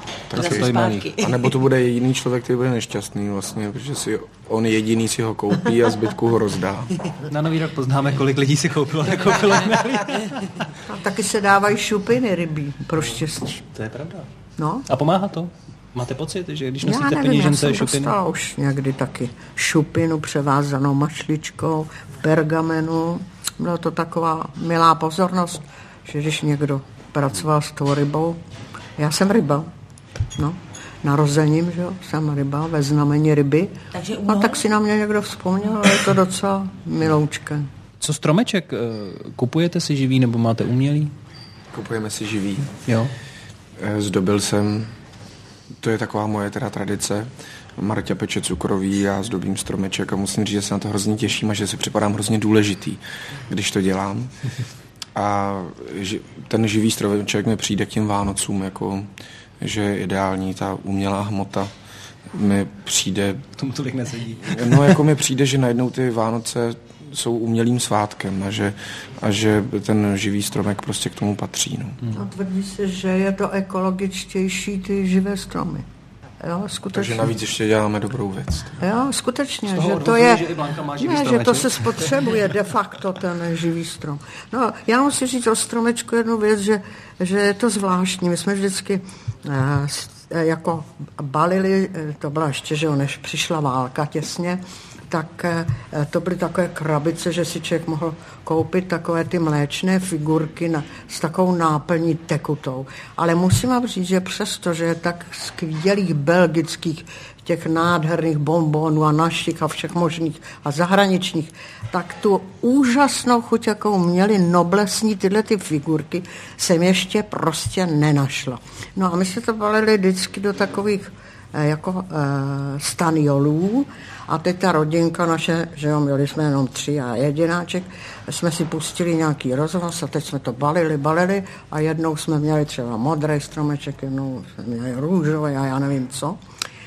A nebo to bude jediný člověk, který bude nešťastný vlastně, protože on jediný si ho koupí a zbytku ho rozdá. Na Nový rok poznáme, kolik lidí si koupilo a nekoupilo jmelí. A taky se dávají šupiny rybí pro štěstí. To je pravda. No. A pomáhá to? Máte pocit, že když nosíte já nevím, peněžence já jsem šupiny? dostala už někdy taky šupinu převázanou mašličkou v pergamenu. Byla to taková milá pozornost, že když někdo pracoval s tou rybou, já jsem ryba, no, narozením, že jo, jsem ryba, ve znamení ryby, a tak si na mě někdo vzpomněl, ale je to docela miloučké. Co stromeček? Kupujete si živý nebo máte umělý? Kupujeme si živý. Jo. Zdobil jsem, to je taková moje teda tradice, Marta peče cukroví, já zdobím stromeček a musím říct, že se na to hrozně těším a že si připadám hrozně důležitý, když to dělám. A ten živý stromeček mi přijde k těm Vánocům, jako, že je ideální, ta umělá hmota mi přijde... Tomu tolik nesedí. No, jako mi přijde, že najednou ty Vánoce jsou umělým svátkem a že ten živý stromek prostě k tomu patří. No. A tvrdí se, že je to ekologičtější ty živé stromy. Jo, skutečně. Takže navíc ještě děláme dobrou věc. Jo, skutečně, že odvozuji, to je, že i Blanka má živý ne, že stromeček. to se spotřebuje de facto ten živý strom. No, já musím říct o stromečku jednu věc, že je to zvláštní. My jsme vždycky jako balili, to byla ještě, že než přišla válka těsně, tak to byly takové krabice, že si člověk mohl koupit takové ty mléčné figurky s takovou náplní tekutou. Ale musím vám říct, že přesto, že je tak skvělých belgických těch nádherných bonbonů a našich a všech možných a zahraničních, tak tu úžasnou chuť, jakou měli noblesní tyhle ty figurky, jsem ještě prostě nenašla. No a my jsme to balili vždycky do takových jako staniolů a teď ta rodinka naše, že jo, měli jsme jenom 3 a jedináček, jsme si pustili nějaký rozhlas a teď jsme to balili a jednou jsme měli třeba modrý stromeček, jednou jsme měli růžový a já nevím co.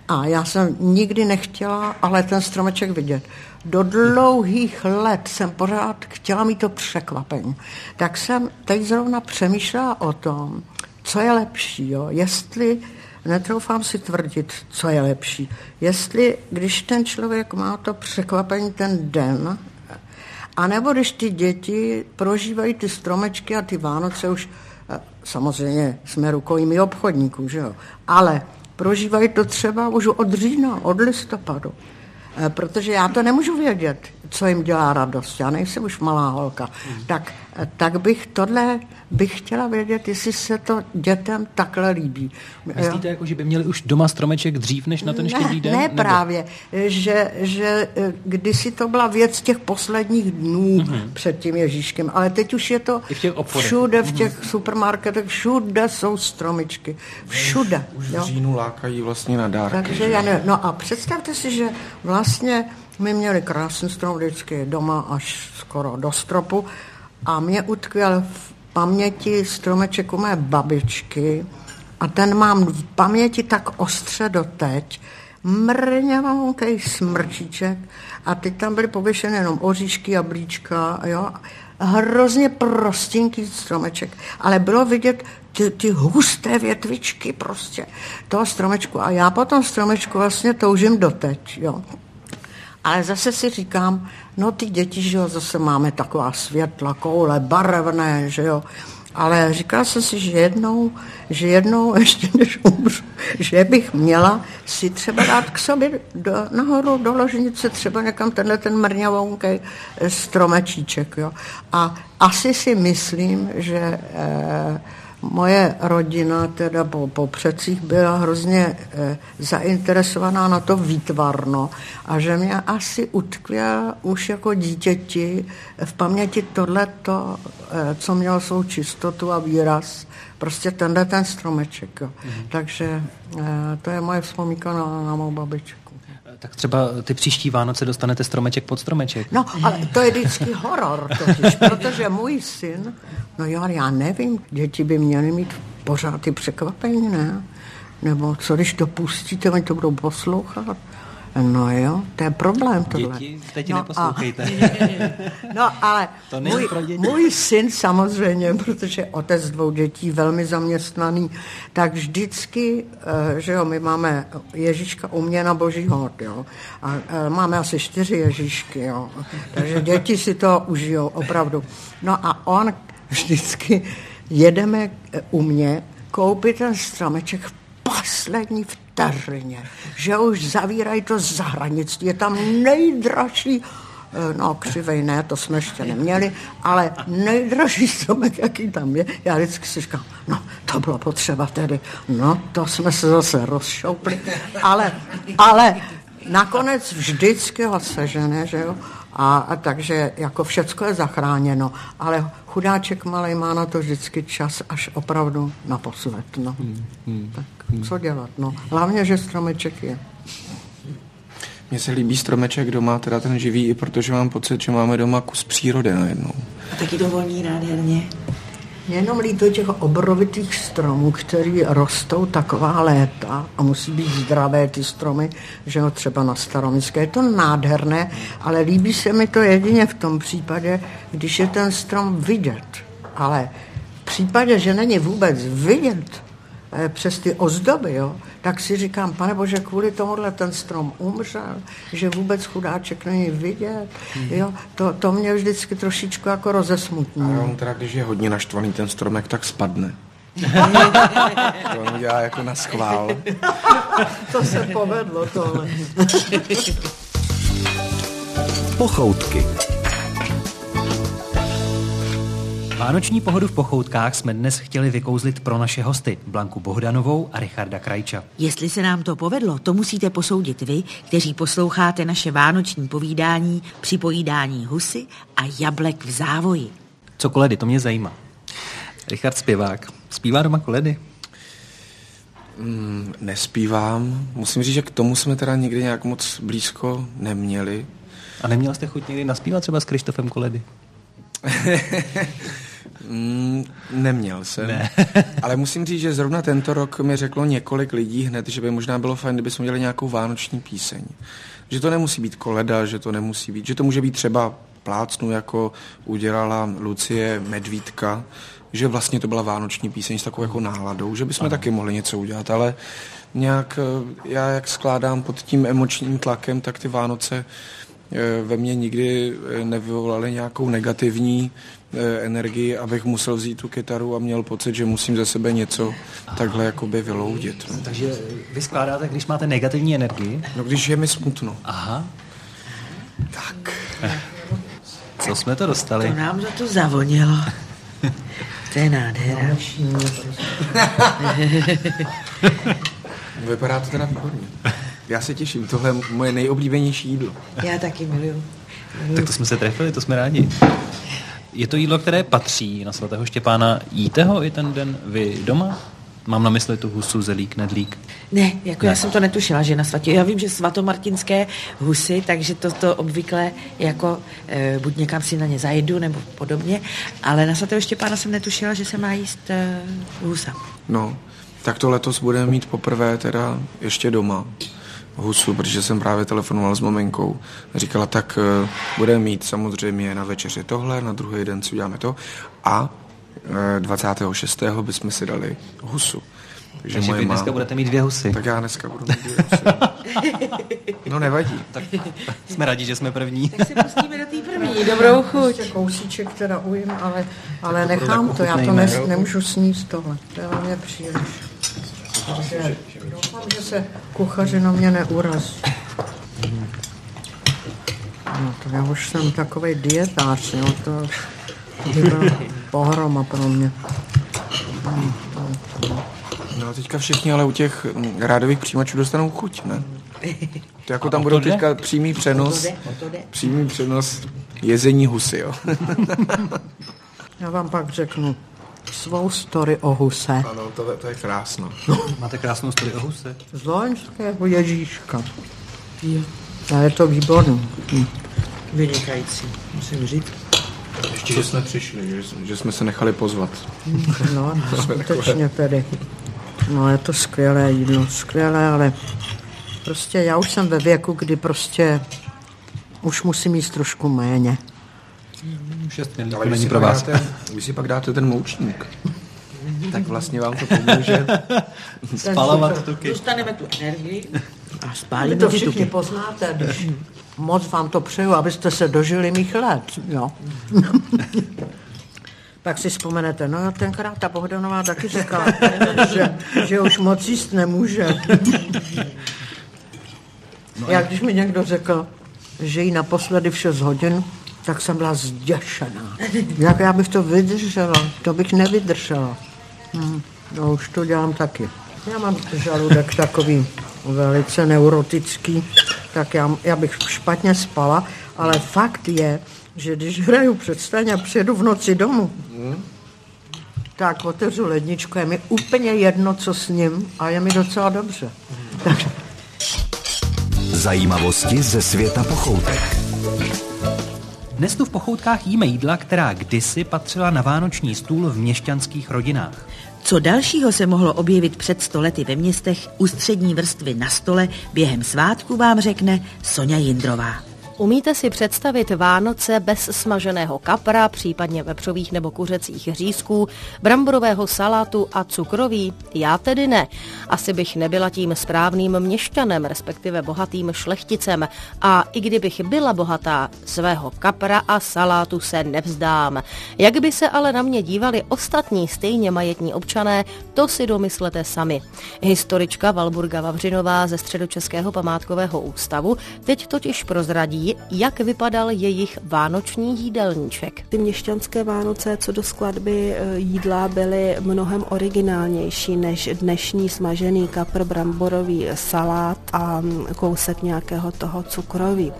A já jsem nikdy nechtěla, ale ten stromeček vidět. Do dlouhých let jsem pořád chtěla mít to překvapení. Tak jsem teď zrovna přemýšlela o tom, co je lepší, jo? Jestli, netroufám si tvrdit, co je lepší, jestli, když ten člověk má to překvapení ten den, anebo když ty děti prožívají ty stromečky a ty Vánoce už, samozřejmě jsme rukojmí obchodníků, že jo, ale prožívají to třeba už od října, od listopadu. Protože já to nemůžu vědět, co jim dělá radost. Já nejsem už malá holka. Tak bych chtěla vědět, jestli se to dětem takhle líbí. Myslíte, jako, že by měli už doma stromeček dřív, než na ten štědrý den? Ne, právě. Že kdysi to byla věc těch posledních dnů před tím Ježíškem, ale teď už je to všude, v těch supermarketech, všude jsou stromečky. Všude. Už v říjnu lákají vlastně na dárky. Takže já ne, no a představte si, že vlastně my měli krásný strom vždycky doma až skoro do stropu a mě utkvěl v paměti stromeček u mé babičky a ten mám v paměti tak ostře doteď. Mrňavonkej smrčíček a teď tam byly pověšené jenom oříšky, jablíčka, jo. Hrozně prostinký stromeček, ale bylo vidět ty husté větvičky prostě toho stromečku a já po tom stromečku vlastně toužím doteď, jo. Ale zase si říkám, no ty děti, že jo, zase máme taková světla, koule, barevné, že jo. Ale říkala jsem si, že jednou ještě než umřu, že bych měla si třeba dát k sobě nahoru do ložnice třeba někam ten mrňavonkej stromečíček, jo. A asi si myslím, že moje rodina teda po předcích byla hrozně zainteresovaná na to výtvarno a že mě asi utkvěl už jako dítěti v paměti tohleto, co mělo svou čistotu a výraz, prostě tenhle ten stromeček. Jo. Takže to je moje vzpomínka na mou babičku. Tak třeba ty příští Vánoce dostanete stromeček pod stromeček. No, ale to je vždycky horor totiž, protože můj syn, no já nevím, děti by měly mít pořád ty překvapení, ne? Nebo co, když to pustíte, oni to budou poslouchat? No jo, to je problém tohle. Děti, teď neposlouchejte. No, ale můj syn samozřejmě, protože otec 2 dětí, velmi zaměstnaný, tak vždycky, že jo, my máme Ježíška u mě na Boží hod, jo, a máme asi 4 Ježíšky, jo, takže děti si to užijou opravdu. No a on vždycky jedeme u mě koupit ten stromeček v poslední vteřině, že už zavírají to za hranic, je tam nejdražší, no křivej ne, to jsme ještě neměli, ale nejdražší stromek, jaký tam je, já vždycky si říkám, no to bylo potřeba tedy, no to jsme se zase rozšoupli, ale nakonec vždycky ho sežene, že jo, a takže jako všecko je zachráněno, ale chudáček malej má na to vždycky čas až opravdu naposled, no. Tak co dělat, no. Hlavně, že stromeček je. Mně se líbí stromeček doma, teda ten živý, i protože mám pocit, že máme doma kus přírody najednou. A taky to voní nádherně. Jenom líto těch obrovitých stromů, který rostou taková léta a musí být zdravé ty stromy, že jo, třeba na Staroměstské. Je to nádherné, ale líbí se mi to jedině v tom případě, když je ten strom vidět. Ale v případě, že není vůbec vidět přes ty ozdoby, jo, tak si říkám, Pane Bože, kvůli tomuhle ten strom umřel, že vůbec chudáček není vidět, jo, to mě vždycky trošičku jako rozesmutní. A on teda, když je hodně naštvaný ten stromek, tak spadne. To on dělá jako na schvál. To se povedlo tohle. Pochoutky. Vánoční pohodu v Pochoutkách jsme dnes chtěli vykouzlit pro naše hosty Blanku Bohdanovou a Richarda Krajča. Jestli se nám to povedlo, to musíte posoudit vy, kteří posloucháte naše vánoční povídání při pojídání husy a jablek v závoji. Co koledy, to mě zajímá. Richard zpěvák. Zpívá doma koledy? Nespívám. Musím říct, že k tomu jsme teda nikdy nějak moc blízko neměli. A neměl jste chuť někdy naspívat třeba s Krištofem koledy? Neměl jsem, ne. Ale musím říct, že zrovna tento rok mi řeklo několik lidí hned, že by možná bylo fajn, kdybychom měli nějakou vánoční píseň. Že to nemusí být koleda, že to nemusí být, že to může být třeba plácnu, jako udělala Lucie Medvídka, že vlastně to byla vánoční píseň s takovou jako náladou, že bychom taky mohli něco udělat, ale nějak já jak skládám pod tím emočním tlakem, tak ty Vánoce ve mně nikdy nevyvolaly nějakou negativní energii, abych musel vzít tu kytaru a měl pocit, že musím ze sebe něco takhle jakoby vyloudit. No. Takže vy skládáte, když máte negativní energii? No, když je mi smutno. Aha. Tak. Co jsme to dostali? To nám za to zavonilo. To je nádhera. Vypadá to teda výborně. Já se těším, tohle je moje nejoblíbenější jídlo. Já taky miluju. Tak to jsme se trefili, to jsme rádi. Je to jídlo, které patří na svatého Štěpána. Jíte ho i ten den vy doma? Mám na mysli tu husu, zelík, nedlík. Ne, jako já jsem to netušila, že na svatě. Já vím, že svatomartinské husy, takže to obvykle jako buď někam si na ně zajedu nebo podobně, ale na svatého Štěpána jsem netušila, že se má jíst husa. No, tak to letos budeme mít poprvé teda ještě doma husu, protože jsem právě telefonoval s maminkou. Říkala, tak budeme mít samozřejmě na večeři tohle, na druhý den si uděláme to a 26. bychom si dali husu. Takže vy dneska budete mít 2 husy. Tak já dneska budu mít 2 husy. No nevadí. Tak jsme rádi, že jsme první. Tak se pustíme do té první. Dobrou chuť. Ještě kousíček teda ujím, ale nechám to. Já to nemůžu sníst tohle. To je na mě příliš. Doufám, že se kuchaři na mě neurazí. No to já už jsem takovej dietář, jo, to by byla pohroma pro mě. No teďka všichni ale u těch rádových přijímačů dostanou chuť, ne? To jako tam budou teďka přímý přenos jezení husy, jo. Já vám pak řeknu svou story o huse. Ano, to je krásno. Máte krásnou story o huse? Z loňského Ježíška. A je to výborný. Vynikající, musím říct. Ještě, že jsme přišli, že jsme se nechali pozvat. No, skutečně tedy. No, je to skvělé jídlo, skvělé, ale prostě já už jsem ve věku, kdy prostě už musím jíst trošku méně. 6 milíků není pro vás. Vy si pak dáte ten moučník. Tak vlastně vám to pomůže spalovat tuky. Dostaneme tu energii a Vy spálíme to ty všichni tuky. poznáte, když moc vám to přeju, abyste se dožili mých let. Jo. Pak si vzpomenete, no tenkrát ta Bohdanová taky řekla, že už moc jíst nemůže. Jak když mi někdo řekl, že jí naposledy v 6 hodin, tak jsem byla zděšená. Jak já bych to vydržela, to bych nevydržela. No už to dělám taky. Já mám žaludek takový velice neurotický, tak já bych špatně spala, ale fakt je, že když hraju představení a přijedu v noci domů, tak otevřu ledničku, je mi úplně jedno, co s ním a je mi docela dobře. Zajímavosti ze světa pochoutek. Dnes tu v Pochoutkách jíme jídla, která kdysi patřila na vánoční stůl v měšťanských rodinách. Co dalšího se mohlo objevit před 100 lety ve městech ústřední vrstvy na stole, během svátku vám řekne Soňa Jindrová. Umíte si představit Vánoce bez smaženého kapra, případně vepřových nebo kuřecích řízků, bramborového salátu a cukroví? Já tedy ne. Asi bych nebyla tím správným měšťanem, respektive bohatým šlechticem. A i kdybych byla bohatá, svého kapra a salátu se nevzdám. Jak by se ale na mě dívali ostatní stejně majetní občané, to si domyslete sami. Historička Valburga Vavřinová ze Středočeského památkového ústavu teď totiž prozradí, jak vypadal jejich vánoční jídelníček. Ty měšťanské Vánoce co do skladby jídla byly mnohem originálnější než dnešní smažený kapr, bramborový salát a kousek nějakého toho cukroví.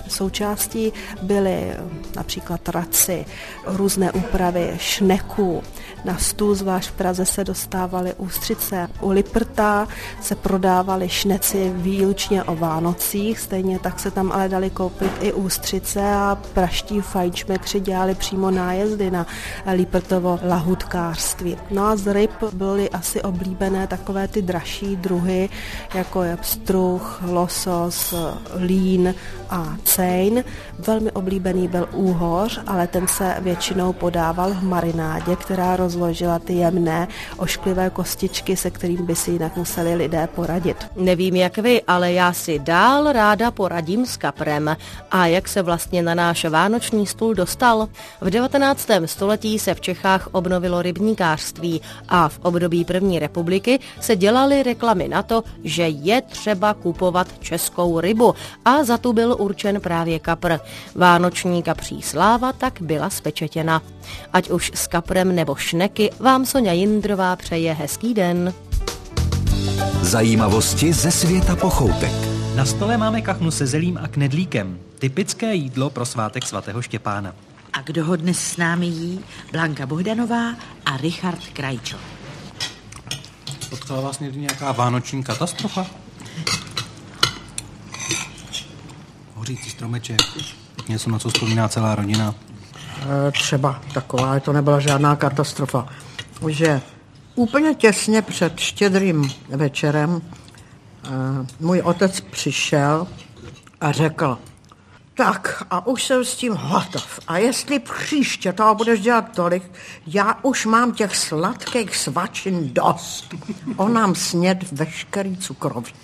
Součástí byly například raci, různé úpravy šneků. Na stůl zvlášť v Praze se dostávaly ústřice. U Liprta se prodávaly šneci výlučně o Vánocích, stejně tak se tam ale dali koupit i ústřice a praští fajnšmekři dělali přímo nájezdy na Liprtovo lahůdkářství. No a z ryb byly asi oblíbené takové ty dražší druhy, jako je pstruh, losos, lín a cejn. Velmi oblíbený byl úhoř, ale ten se většinou podával v marinádě, která rozložila ty jemné, ošklivé kostičky, se kterým by si jinak museli lidé poradit. Nevím jak vy, ale já si dál ráda poradím s kaprem. A jak se vlastně na náš vánoční stůl dostal? V 19. století se v Čechách obnovilo rybníkářství a v období první republiky se dělaly reklamy na to, že je třeba kupovat českou rybu a za tu byl určen právě kapr. Vánoční kapří sláva tak byla spečetěna. Ať už s kaprem nebo šneky, vám Soňa Jindrová přeje hezký den. Zajímavosti ze světa pochoutek. Na stole máme kachnu se zelím a knedlíkem. Typické jídlo pro svátek svatého Štěpána. A kdo ho dnes s námi jí? Blanka Bohdanová a Richard Krajčo. Potkala vás někdy nějaká vánoční katastrofa? Hořící stromeček, něco, na co vzpomíná celá rodina. Třeba taková, to nebyla žádná katastrofa. Že úplně těsně před Štědrým večerem můj otec přišel a řekl: tak a už jsem s tím hotov. A jestli příště toho budeš dělat tolik, já už mám těch sladkých svačin dost. On nám sněd veškerý cukroví.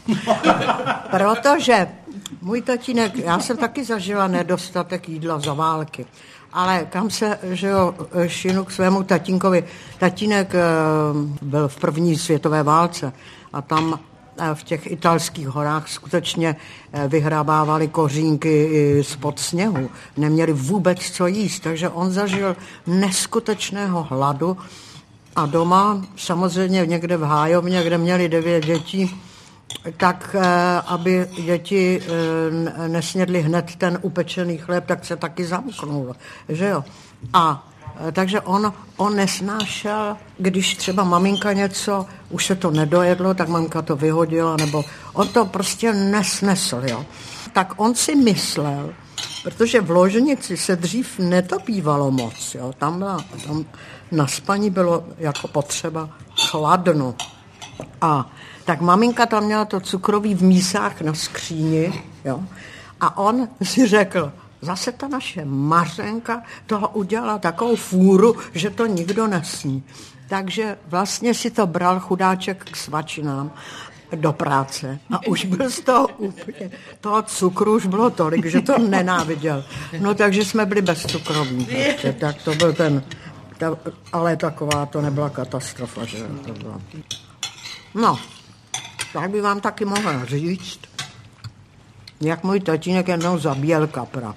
Protože můj tatínek, já jsem taky zažila nedostatek jídla za války, ale kam se, že jo, šinu k svému tatínkovi. Tatínek byl v první světové válce a tam v těch italských horách skutečně vyhrabávali kořínky i spod sněhu. Neměli vůbec co jíst, takže on zažil neskutečného hladu a doma, samozřejmě někde v hájovně, kde měli 9 dětí, tak aby děti nesnědly hned ten upečený chléb, tak se taky zamknul, že jo. A takže on nesnášel, když třeba maminka něco, už se to nedojedlo, tak maminka to vyhodila, nebo on to prostě nesnesl, jo. Tak on si myslel, protože v ložnici se dřív netopívalo moc, jo. Tam na spaní bylo jako potřeba chladno. A tak maminka tam měla to cukroví v mísách na skříni, jo. A on si řekl: zase ta naše Mařenka toho udělala takovou fůru, že to nikdo nesní. Takže vlastně si to bral chudáček k svačinám do práce a už byl z toho úplně, toho cukru už bylo tolik, že to nenáviděl. No takže jsme byli bezcukroví. Tak to byl ale taková to nebyla katastrofa, že to byla. No, tak by vám taky mohla říct, jak můj tatínek jednou zabíjel kapra.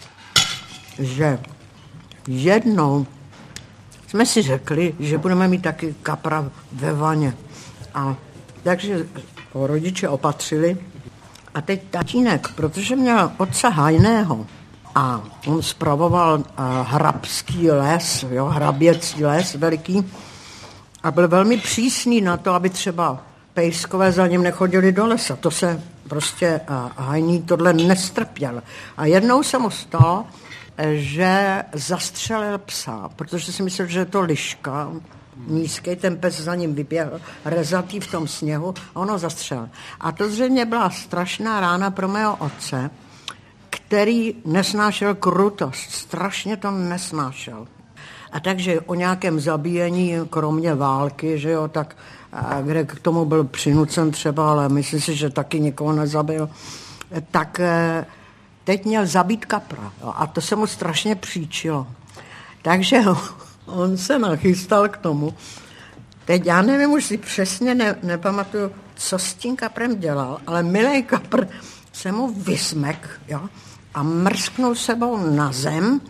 Že jednou jsme si řekli, že budeme mít taky kapra ve vaně. A takže ho rodiče opatřili. A teď tatínek, protože měl otce hajného a on spravoval hrabský les, jo, hraběcí les veliký, a byl velmi přísný na to, aby třeba pejskové za ním nechodili do lesa. To se prostě hajný tohle nestrpěl. A jednou se mu stalo, že zastřelil psa, protože si myslel, že je to liška nízký, ten pes za ním vyběhl, rezatý v tom sněhu, a ono zastřelil. A to zřejmě byla strašná rána pro mého otce, který nesnášel krutost, strašně to nesnášel. A takže o nějakém zabíjení, kromě války, že jo, tak kde k tomu byl přinucen třeba, ale myslím si, že taky nikoho nezabil, tak teď měl zabít kapra, jo, a to se mu strašně příčilo. Takže on se nachystal k tomu. Teď já nevím, už si přesně nepamatuju, co s tím kaprem dělal, ale milej kapr se mu vysmek, jo, a mrsknul sebou na zem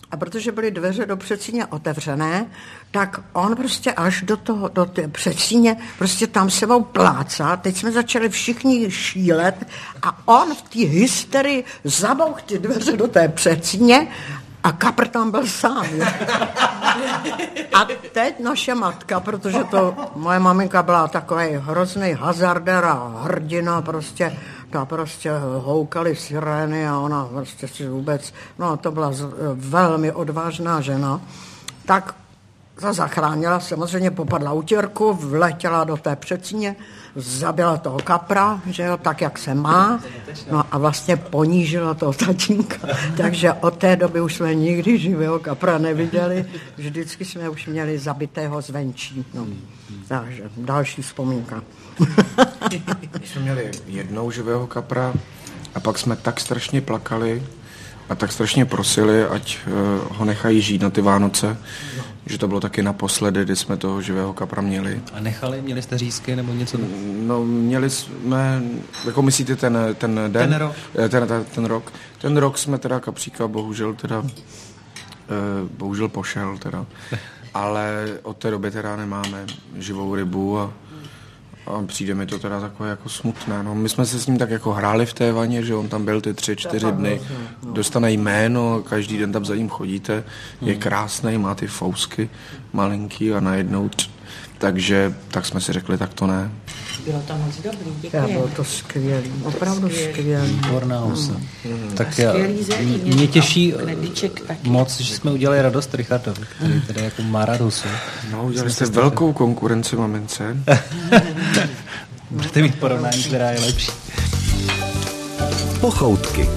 A protože byly dveře do předsíně otevřené, tak on prostě až do té předsíně prostě tam sebou plácá. Teď jsme začali všichni šílet a on v té hysterii zabouch ty dveře do té předsíně a kapr tam byl sám. Jo. A teď naše matka, protože to moje maminka byla takový hrozný hazardér a hrdina, prostě ta prostě houkaly sirény a ona prostě si vůbec, no to byla velmi odvážná žena, tak to zachránila, samozřejmě popadla utěrku, vletěla do té předsíně, zabila toho kapra, že jo, tak, jak se má, no a vlastně ponížila toho tatínka, takže od té doby už jsme nikdy živého kapra neviděli, vždycky jsme už měli zabitého zvenčí, no. Takže další vzpomínka. My jsme měli jednou živého kapra a pak jsme tak strašně plakali a tak strašně prosili, ať ho nechají žít na ty Vánoce, že to bylo taky naposledy, kdy jsme toho živého kapra měli. A Měli jste řízky nebo něco? No, měli jsme, jako myslíte ten den? Ten rok. Ten rok. Ten rok jsme teda kapříka bohužel pošel teda. Ale od té doby teda nemáme živou rybu a přijde mi to teda takové jako smutné. No, my jsme se s ním tak jako hráli v té vaně, že on tam byl ty 3-4 dny, dostane jméno, každý den tam za ním chodíte, je krásný, má ty fousky malinký a najednou takže tak jsme si řekli, tak to ne. Bylo to moc dobrý, děkuji. Bylo to skvělý, opravdu skvělý. Výborná husa. Tak mě těší moc, že jsme udělali radost Richardovi, který tedy jako má rád husu. No, udělali jste velkou konkurenci mamince. Budete mít porovnání, která je lepší. Pochoutky.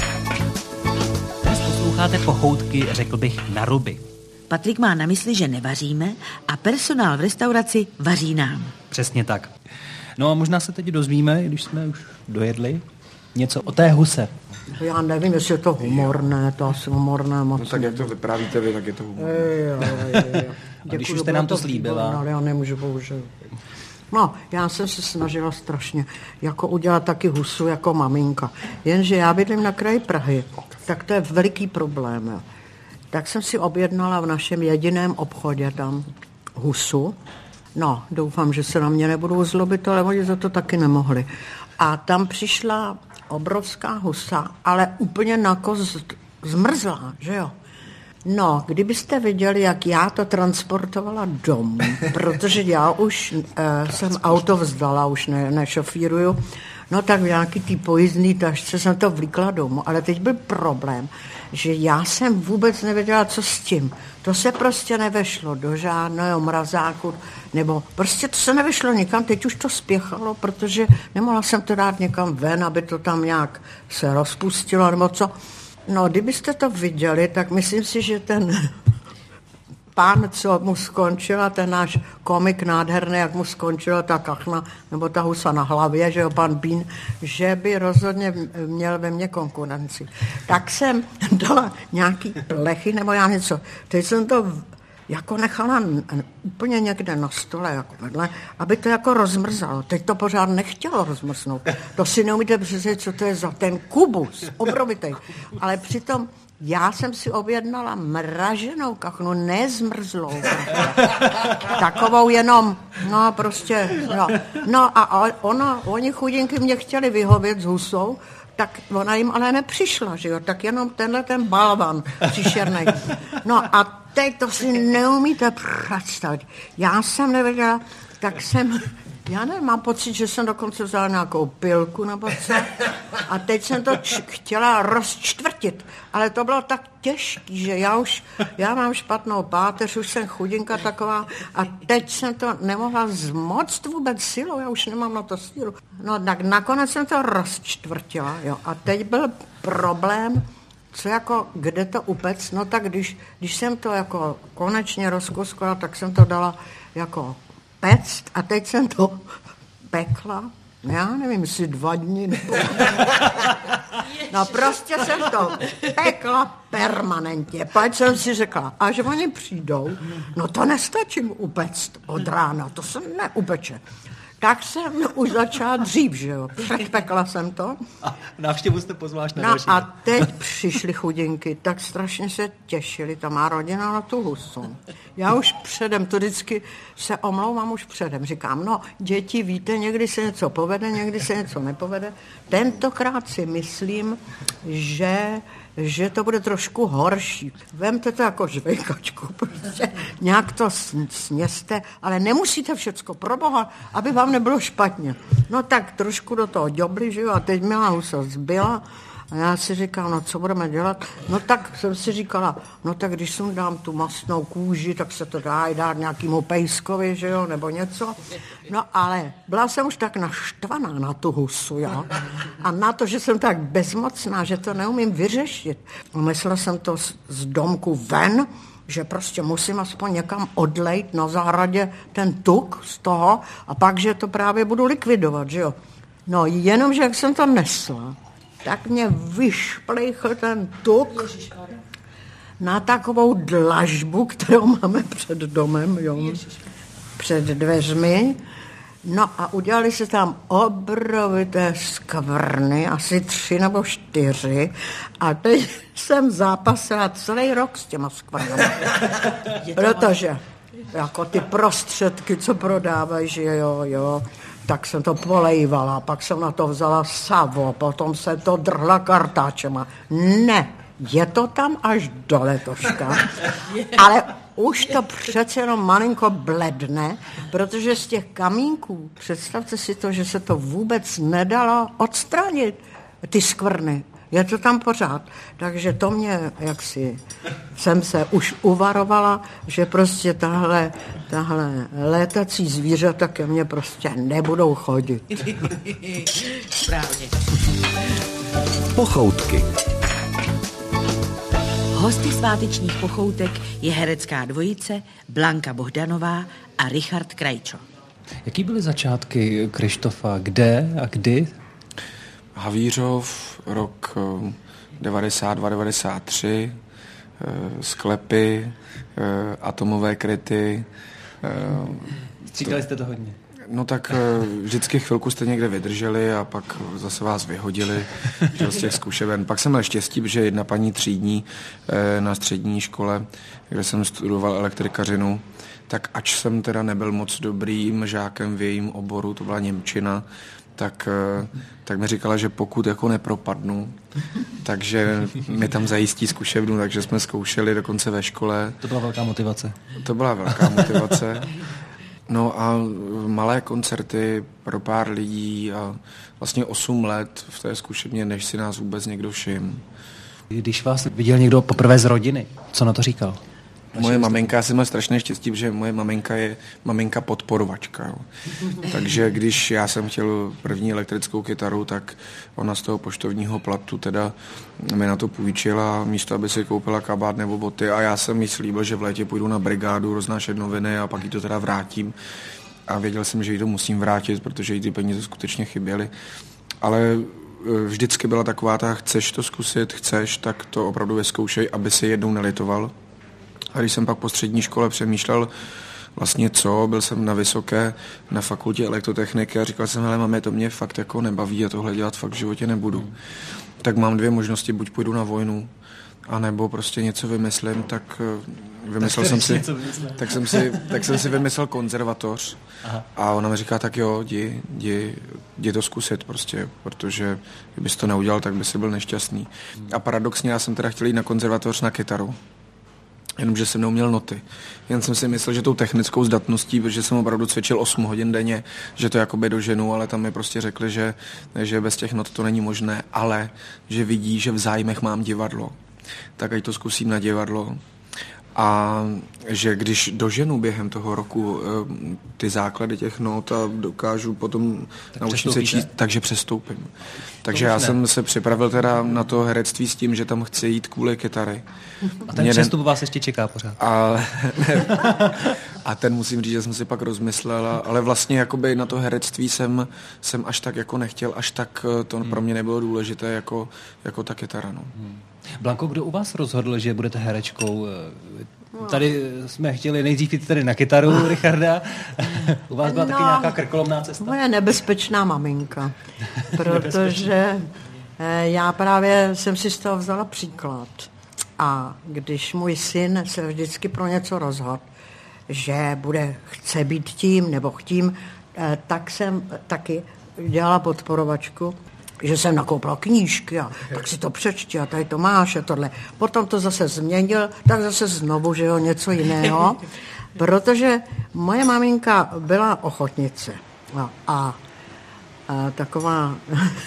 Dnes posloucháte pochoutky, řekl bych, na ruby. Patrik má na mysli, že nevaříme a personál v restauraci vaří nám. Přesně tak. No a možná se teď dozvíme, když jsme už dojedli, něco o té huse. Já nevím, jestli je to humorné, to asi humorné moc. No tak jak to vyprávíte vy, tak je to humorné. Jo. A když už jste nám to slíbila. Ale já nemůžu bohužel. No, já jsem se snažila strašně jako udělat taky husu jako maminka. Jenže já bydlím na kraji Prahy, tak to je veliký problém. Jo. Tak jsem si objednala v našem jediném obchodě tam husu. No, doufám, že se na mě nebudou zlobit, ale oni za to taky nemohli. A tam přišla obrovská husa, ale úplně na koz zmrzlá, že jo. No, kdybyste viděli, jak já to transportovala domů, protože já už jsem auto vzdala, už nešofíruju, no tak v nějaký ty pojízdný tašce jsem to vlíkla domů, ale teď byl problém, že já jsem vůbec nevěděla, co s tím. To se prostě nevešlo do žádného mrazáku, nebo prostě to se nevešlo nikam, teď už to spěchalo, protože nemohla jsem to dát někam ven, aby to tam nějak se rozpustilo, nebo co. No, kdybyste to viděli, tak myslím si, že ten pán, co mu skončila, ten náš komik nádherný, jak mu skončila ta kachna, nebo ta husa na hlavě, že jo, pan Bín, že by rozhodně měl ve mně konkurenci. Tak jsem dala nějaký plechy, nebo já něco. Teď jsem to jako nechala úplně někde na stole, jako vedle, aby to jako rozmrzalo. Teď to pořád nechtělo rozmrznout. To si neumíte představit, co to je za ten kubus, obrovitej. Ale přitom já jsem si objednala mraženou kachnu, nezmrzlou. Takovou jenom, no prostě, no. No a oni chudinky mě chtěli vyhovět s husou, tak ona jim ale nepřišla, že jo, tak jenom tenhle ten balvan příšernej. No a teď to si neumíte představit. Já jsem nevěděla, tak jsem, já nevím, mám pocit, že jsem dokonce vzala nějakou pilku nebo co. A teď jsem to chtěla rozčtvrtit, ale to bylo tak těžký, že já mám špatnou páteř, už jsem chudinka taková a teď jsem to nemohla zmoct vůbec silou, já už nemám na to sílu. No tak nakonec jsem to rozčtvrtila, jo, a teď byl problém, co jako, kde to upec, no tak když jsem to jako konečně rozkuskala, tak jsem to dala jako pect a teď jsem to pekla, já nevím, jestli 2 dny nebo... No prostě jsem to pekla permanentně, pak jsem si řekla, až oni přijdou, no to nestačím upect od rána, to se neupeče. tak jsem už začala dřív, že jo. Předpekla jsem to. A návštěvu jste pozváš na no další. A teď přišly chudinky, tak strašně se těšili, ta má rodina na tu husu. Já už předem, to vždycky se omlouvám už předem, říkám, no děti, víte, někdy se něco povede, někdy se něco nepovede. Tentokrát si myslím, že to bude trošku horší. Vemte to jako žvejkačku, prostě nějak to sněste, ale nemusíte všecko, proboha, aby vám nebylo špatně. No tak trošku do toho ďobli, že jo, a teď milá husa zbyla a já si říkám, no co budeme dělat? No tak jsem si říkala, no tak když jsem dám tu mastnou kůži, tak se to dá i dát nějakému pejskovi, že jo, nebo něco. No ale byla jsem už tak naštvaná na tu husu, jo. A na to, že jsem tak bezmocná, že to neumím vyřešit. Myslela jsem to z domku ven, že prostě musím aspoň někam odlejt na zahradě ten tuk z toho a pak, že to právě budu likvidovat, že jo. No jenomže jak jsem to nesla, tak mě vyšplejchl ten tuk na takovou dlažbu, kterou máme před domem, jo, před dveřmi. No a udělali se tam obrovité skvrny, asi 3 nebo 4. A teď jsem zápasila celý rok s těma skvrnami. Protože jako ty prostředky, co prodávají, že jo, tak jsem to polejvala, pak jsem na to vzala savo, potom se to drhla kartáčema. Ne, je to tam až do letoška, ale už to přece jenom malinko bledne, protože z těch kamínků, představte si to, že se to vůbec nedalo odstranit, ty skvrny. Je to tam pořád. Takže to mě, jsem se už uvarovala, že prostě tahle létací zvířata ke mně prostě nebudou chodit. Správně. Pochoutky. Hosty svátečních pochoutek je herecká dvojice Blanka Bohdanová a Richard Krajčo. Jaký byly začátky Krištofa? Kde a kdy? Havířov, rok 92-93, sklepy, atomové kryty. Střídali jste to hodně? No tak vždycky chvilku jste někde vydrželi a pak zase vás vyhodili z těch zkušeben. Pak jsem měl štěstí, že jedna paní třídní na střední škole, kde jsem studoval elektrikařinu, tak ač jsem teda nebyl moc dobrým žákem v jejím oboru, to byla němčina, tak mi říkala, že pokud jako nepropadnu, takže mi tam zajistí zkušebnu, takže jsme zkoušeli dokonce ve škole. To byla velká motivace. To byla velká motivace. No a malé koncerty pro pár lidí a vlastně 8 let v té zkušebně, než si nás vůbec někdo všiml. Když vás viděl někdo poprvé z rodiny, co na to říkal? Moje maminka, já jsem měl strašné štěstí, že moje maminka je maminka podporovačka. Jo. Takže když já jsem chtěl první elektrickou kytaru, tak ona z toho poštovního platu teda mi na to půjčila místo, aby si koupila kabát nebo boty a já jsem jí slíbil, že v létě půjdu na brigádu roznášet noviny a pak jí to teda vrátím. A věděl jsem, že jí to musím vrátit, protože jí ty peníze skutečně chyběly. Ale vždycky byla taková ta, chceš to zkusit, chceš, tak to opravdu vyzkoušej, aby si jednou nelitoval. A když jsem pak po střední škole přemýšlel vlastně co, byl jsem na vysoké, na fakultě elektrotechniky a říkal jsem, hele mami, to mě fakt jako nebaví a tohle dělat fakt v životě nebudu. Tak mám 2 možnosti, buď půjdu na vojnu, anebo prostě něco vymyslím, tak vymyslel jsem si, tak jsem si vymyslel konzervatoř. Aha. A ona mi říká, tak jo, jdi to zkusit prostě, protože kdybys to neudělal, tak by si byl nešťastný. A paradoxně já jsem teda chtěl jít na konzervatoř na kytaru. Jenomže jsem neuměl noty. Jen jsem si myslel, že tou technickou zdatností, protože jsem opravdu cvičil 8 hodin denně, že to jakoby doženu, ale tam mi prostě řekli, že bez těch not to není možné, ale že vidí, že v zájmech mám divadlo. Tak ať to zkusím na divadlo. A že když doženu během toho roku ty základy těch not a dokážu potom naučit se číst, takže přestoupím. Takže já jsem se připravil teda na to herectví s tím, že tam chci jít kvůli kytary. A ten přestup vás ještě čeká pořád. A ten musím říct, že jsem si pak rozmyslel, ale vlastně jakoby na to herectví jsem až tak jako nechtěl, až tak to pro mě nebylo důležité jako ta kytara. No. Blanko, kdo u vás rozhodl, že budete herečkou? Tady jsme chtěli nejdřív jít tady na kytaru, Richarda. U vás byla taky nějaká krkolomná cesta? Moje nebezpečná maminka, protože já právě jsem si z toho vzala příklad. A když můj syn se vždycky pro něco rozhodl, že chce být tím nebo chtím, tak jsem taky dělala podporovačku, že jsem nakoupila knížky a tak si to přečti a tady to máš a tohle. Potom to zase změnil, tak zase znovu, že jo, něco jiného. Protože moje maminka byla ochotnice a taková...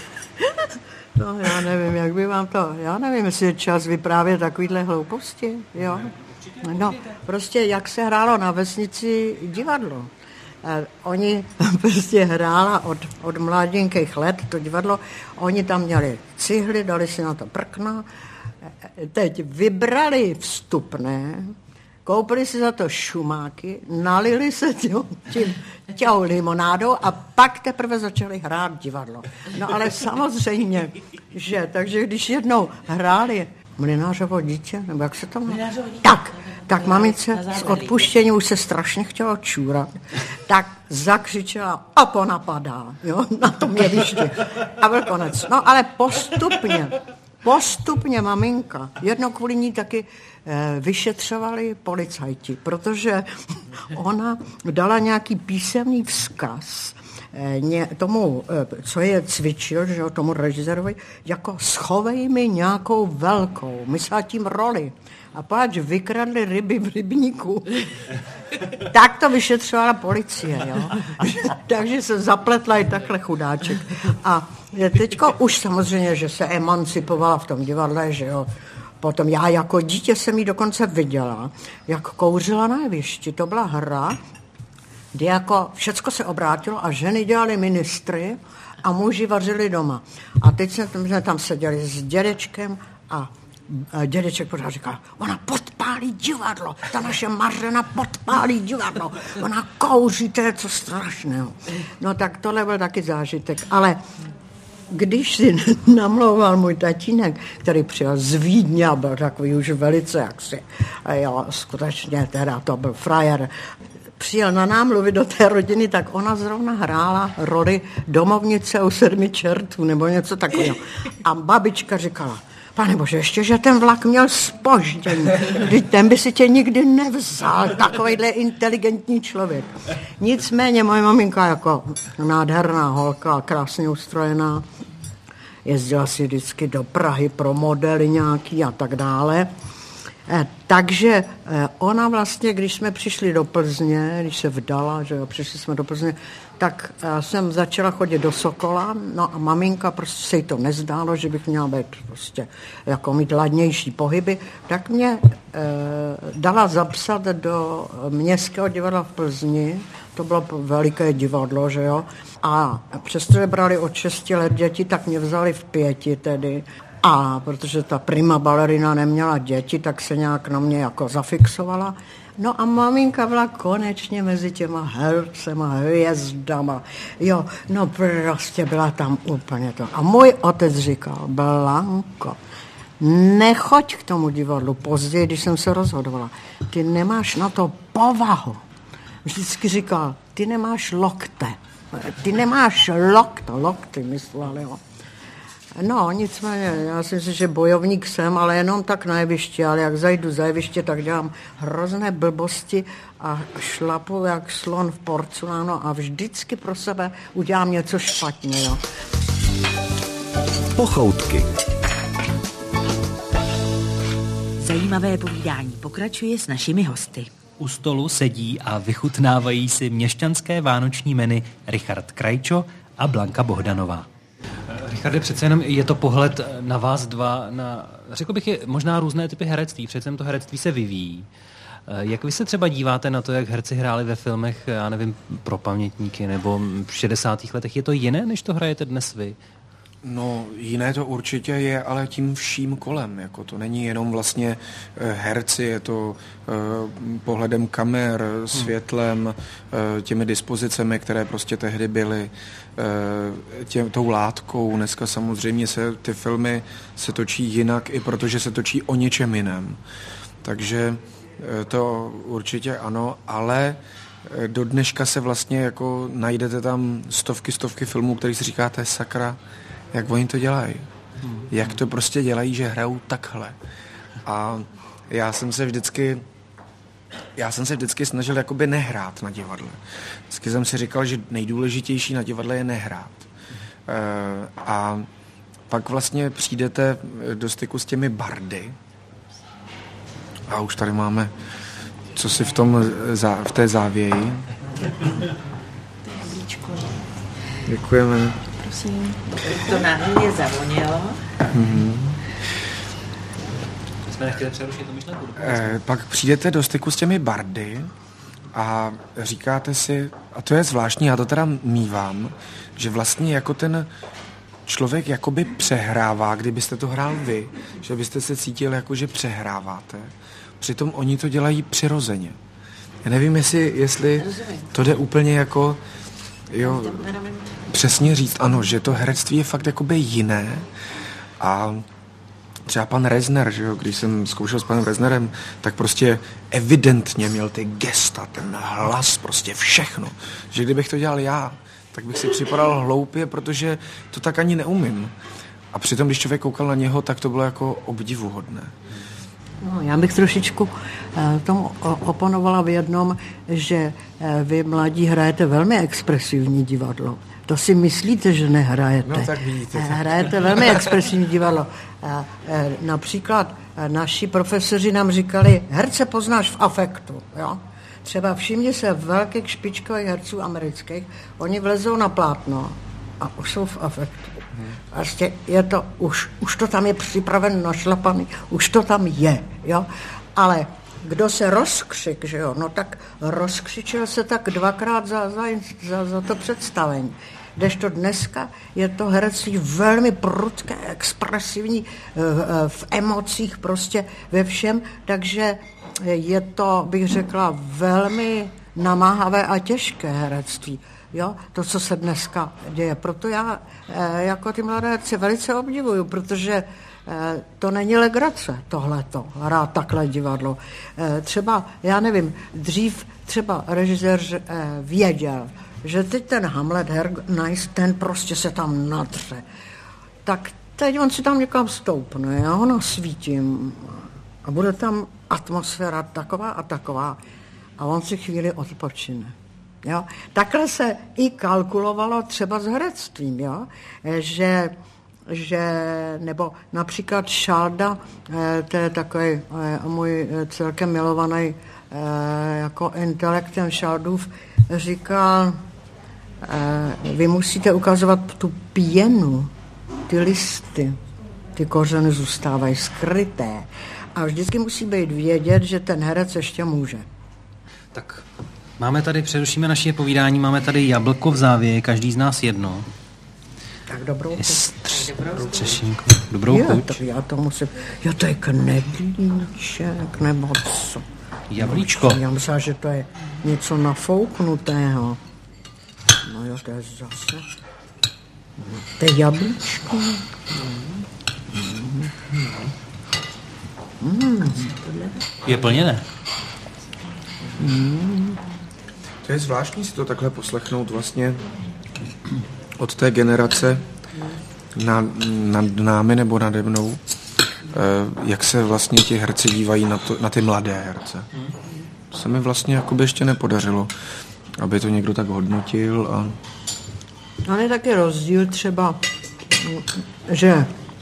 No, já nevím, jak by vám to... Já nevím, jestli je čas vyprávět takovýhle hlouposti, jo? No, prostě jak se hrálo na vesnici divadlo. Oni prostě hrála od mládenkých let to divadlo, oni tam měli cihly, dali si na to prkna, teď vybrali vstupné, koupili si za to šumáky, nalili se těm limonádou a pak teprve začali hrát divadlo. No ale samozřejmě, že, takže když jednou hráli Mlynářovo dítě, nebo jak se to má? Tak mamince s odpuštěním už se strašně chtělo čůrat, tak zakřičela a ponapadá, jo, na tom jevišti. A byl konec. No ale postupně maminka, jedno kvůli ní taky vyšetřovali policajti, protože ona dala nějaký písemný vzkaz tomu, co je cvičil, že jo, tomu režisérovi, jako schovej mi nějakou velkou, myslela tím roli. A páč vykradli ryby v rybníku. Tak to vyšetřovala policie, jo. Takže se zapletla i takhle chudáček. A teďko už samozřejmě, že se emancipovala v tom divadle, že jo. Potom já jako dítě jsem jí dokonce viděla, jak kouřila na jevišti. To byla hra, kdy jako všecko se obrátilo a ženy dělaly ministry a muži vařili doma. A teď jsme tam seděli s dědečkem a dědeček pořád říkal, ona podpálí divadlo, ta naše Mařena podpálí divadlo, ona kouří, to je co strašného. No tak tohle byl taky zážitek, ale když si namlouval můj tatínek, který přijel z Vídně a byl takový už velice jaksi, jo, skutečně teda to byl frajer, přijel na námluvy do té rodiny, tak ona zrovna hrála roli domovnice u 7 čertů nebo něco takového. A babička říkala, Pane Bože, ještě, že ten vlak měl zpoždění. Ten by si tě nikdy nevzal, takovejhle inteligentní člověk. Nicméně moje maminka jako nádherná holka, krásně ustrojená, jezdila si vždycky do Prahy pro modely nějaký a tak dále. Takže ona vlastně, když jsme přišli do Plzně, když se vdala, že jo, přišli jsme do Plzně, tak jsem začala chodit do Sokola, no a maminka, prostě se jí to nezdálo, že bych měla být prostě jako mít ladnější pohyby, tak mě dala zapsat do Městského divadla v Plzni, to bylo veliké divadlo, že jo, a přestože brali od 6 let děti, tak mě vzali v 5 tedy. A protože ta prima balerina neměla děti, tak se nějak na mě jako zafixovala. No a maminka byla konečně mezi těma hercema, hvězdama. Jo, no prostě byla tam úplně to. A můj otec říkal, Blanko, nechoď k tomu divadlu později, když jsem se rozhodovala. Ty nemáš na to povahu. Vždycky říkal, ty nemáš lokte. Ty nemáš lokty myslel, jo. No, nicméně, já si myslím, že bojovník jsem, ale jenom tak na jevišti, ale jak zajdu za jeviště, tak dělám hrozné blbosti a šlapu jak slon v porcelánu a vždycky pro sebe udělám něco špatně, jo. Pochoutky. Zajímavé povídání pokračuje s našimi hosty. U stolu sedí a vychutnávají si měšťanské vánoční menu Richard Krajčo a Blanka Bohdanová. Richarde, přece jenom je to pohled na vás dva, na, řekl bych, je možná různé typy herectví, přece to herectví se vyvíjí. Jak vy se třeba díváte na to, jak herci hráli ve filmech, já nevím, pro pamětníky nebo v 60. letech? Je to jiné, než to hrajete dnes vy? No, jiné to určitě je, ale tím vším kolem. Jako to není jenom vlastně herci, je to pohledem kamer, světlem, těmi dispozicemi, které prostě tehdy byly, tou látkou. Dneska samozřejmě se ty filmy se točí jinak, i protože se točí o něčem jiném. Takže To určitě ano, ale do dneška se vlastně jako najdete tam stovky filmů, který si říkáte, sakra, jak oni to dělají. Jak to prostě dělají, že hrajou takhle. A já jsem se vždycky snažil jakoby nehrát na divadle. Vždycky jsem si říkal, že nejdůležitější na divadle je nehrát. A pak vlastně přijdete do styku s těmi bardy a už tady máme co si v té závěji. Děkujeme. Prosím. To nádherně zavonilo. Jsme nechtěli přerušit tu myšlenku. Pak přijdete do styku s těmi bardy a říkáte si, a to je zvláštní, já to teda mívám, že vlastně jako ten člověk jakoby přehrává, kdybyste to hrál vy, že byste se cítil jako, že přehráváte. Přitom oni to dělají přirozeně. Já nevím, jestli to jde úplně jako přesně říct, ano, že to herectví je fakt jakoby jiné a třeba pan Rezner, že jo, když jsem zkoušel s panem Reznerem, tak prostě evidentně měl ty gesta, ten hlas, prostě všechno. Že kdybych to dělal já, tak bych si připadal hloupě, protože to tak ani neumím. A přitom, když člověk koukal na něho, tak to bylo jako obdivuhodné. No, já bych trošičku tomu oponovala v jednom, že vy mladí hrajete velmi expresivní divadlo. To si myslíte, že nehrajete. No tak vidíte. Hrajete velmi expresivní divadlo. Například naši profesoři nám říkali, herce poznáš v afektu. Jo? Třeba všimni se velkých špičkových herců amerických, oni vlezou na plátno a už jsou v afektu. Vlastně je to, už to tam je připraven našlapaný, už to tam je, jo. Ale kdo se rozkřik, že jo, no tak rozkřičil se tak dvakrát za to představení. Kdežto dneska je to herectví velmi prudké, expresivní, v emocích prostě ve všem, takže je to, bych řekla, velmi namáhavé a těžké herectví. Jo, to, co se dneska děje. Proto já jako ty mladé herce velice obdivuju, protože to není legrace, tohleto, hrát takhle divadlo. Třeba, já nevím, dřív režisér věděl, že teď ten Hamlet Nice, ten prostě se tam natře. Tak teď on si tam někam stoupne, já ho nasvítím a bude tam atmosféra taková a taková a on si chvíli odpočine. Jo? Takhle se i kalkulovalo třeba s herectvím, jo? Že nebo například Šalda, to je takový můj celkem milovaný jako intelektem Šaldův, říkal, vy musíte ukazovat tu pěnu, ty listy, ty kořeny zůstávají skryté a vždycky musí být vědět, že ten herec ještě může. Tak máme tady, přerušíme naše povídání, máme tady jablko v závěji, každý z nás jedno. Tak dobrou Třešinku. Dobrou chuť. Tak já to musím, to je knedlíček nebo co. Jablíčko. Já myslím, že to je něco nafouknutého. No jo, to je zase. To je jablíčko. Je plněné. To je zvláštní si to takhle poslechnout vlastně od té generace nad námi nebo nade mnou, jak se vlastně ti herci dívají na ty mladé herce. To se mi vlastně jakoby ještě nepodařilo, aby to někdo tak hodnotil. On je taky rozdíl třeba, že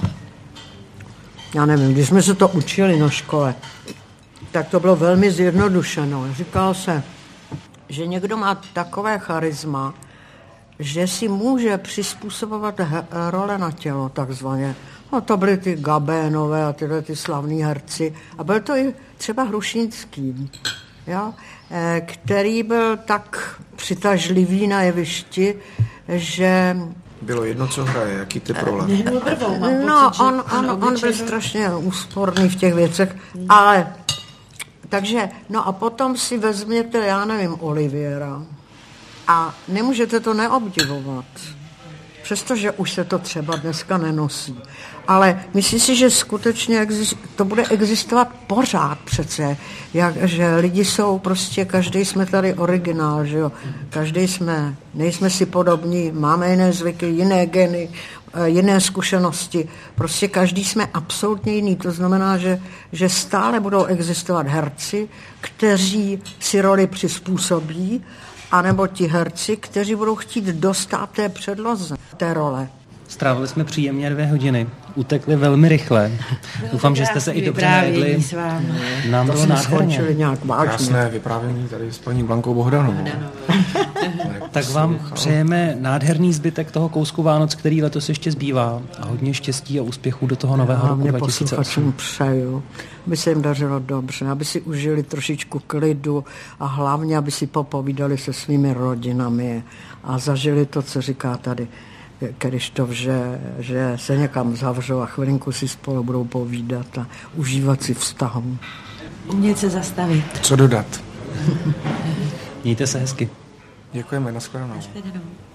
já nevím, když jsme se to učili na škole, tak to bylo velmi zjednodušeno. Říkalo se, že někdo má takové charisma, že si může přizpůsobovat role na tělo, takzvaně. No to byly ty Gabénové a tyhle ty slavní herci. A byl to i třeba Hrušínský, jo? Který byl tak přitažlivý na jevišti, že... Bylo jedno, co hraje, jaký typ role? No, on byl strašně úsporný v těch věcech, ale... Takže, no a potom si vezměte, já nevím, Oliviera. A nemůžete to neobdivovat. přestože už se to třeba dneska nenosí. Ale myslím si, že skutečně to bude existovat pořád přece, že lidi jsou prostě, každý jsme tady originál, že jo, nejsme si podobní, máme jiné zvyky, jiné geny, jiné zkušenosti, prostě každý jsme absolutně jiný, to znamená, že stále budou existovat herci, kteří si roli přizpůsobí, anebo ti herci, kteří budou chtít dostat té předloze, té role. Strávili jsme příjemně 2 hodiny. Utekli velmi rychle. Doufám, že jste se i dobře najedli. Nám bylo nádherně. Krásné vyprávění tady s paní Blankou Bohdanovou. Tak vám přejeme nádherný zbytek toho kousku Vánoc, který letos ještě zbývá. A hodně štěstí a úspěchů do toho nového roku 2008. Přeju, aby se jim dařilo dobře, aby si užili trošičku klidu a hlavně, aby si popovídali se svými rodinami a zažili to, co říká tady Krištof, že se někam zavřou a chvilinku si spolu budou povídat a užívat si vztahů. Umět se zastavit. Co dodat? Mějte se hezky. Děkujeme, nashledanou.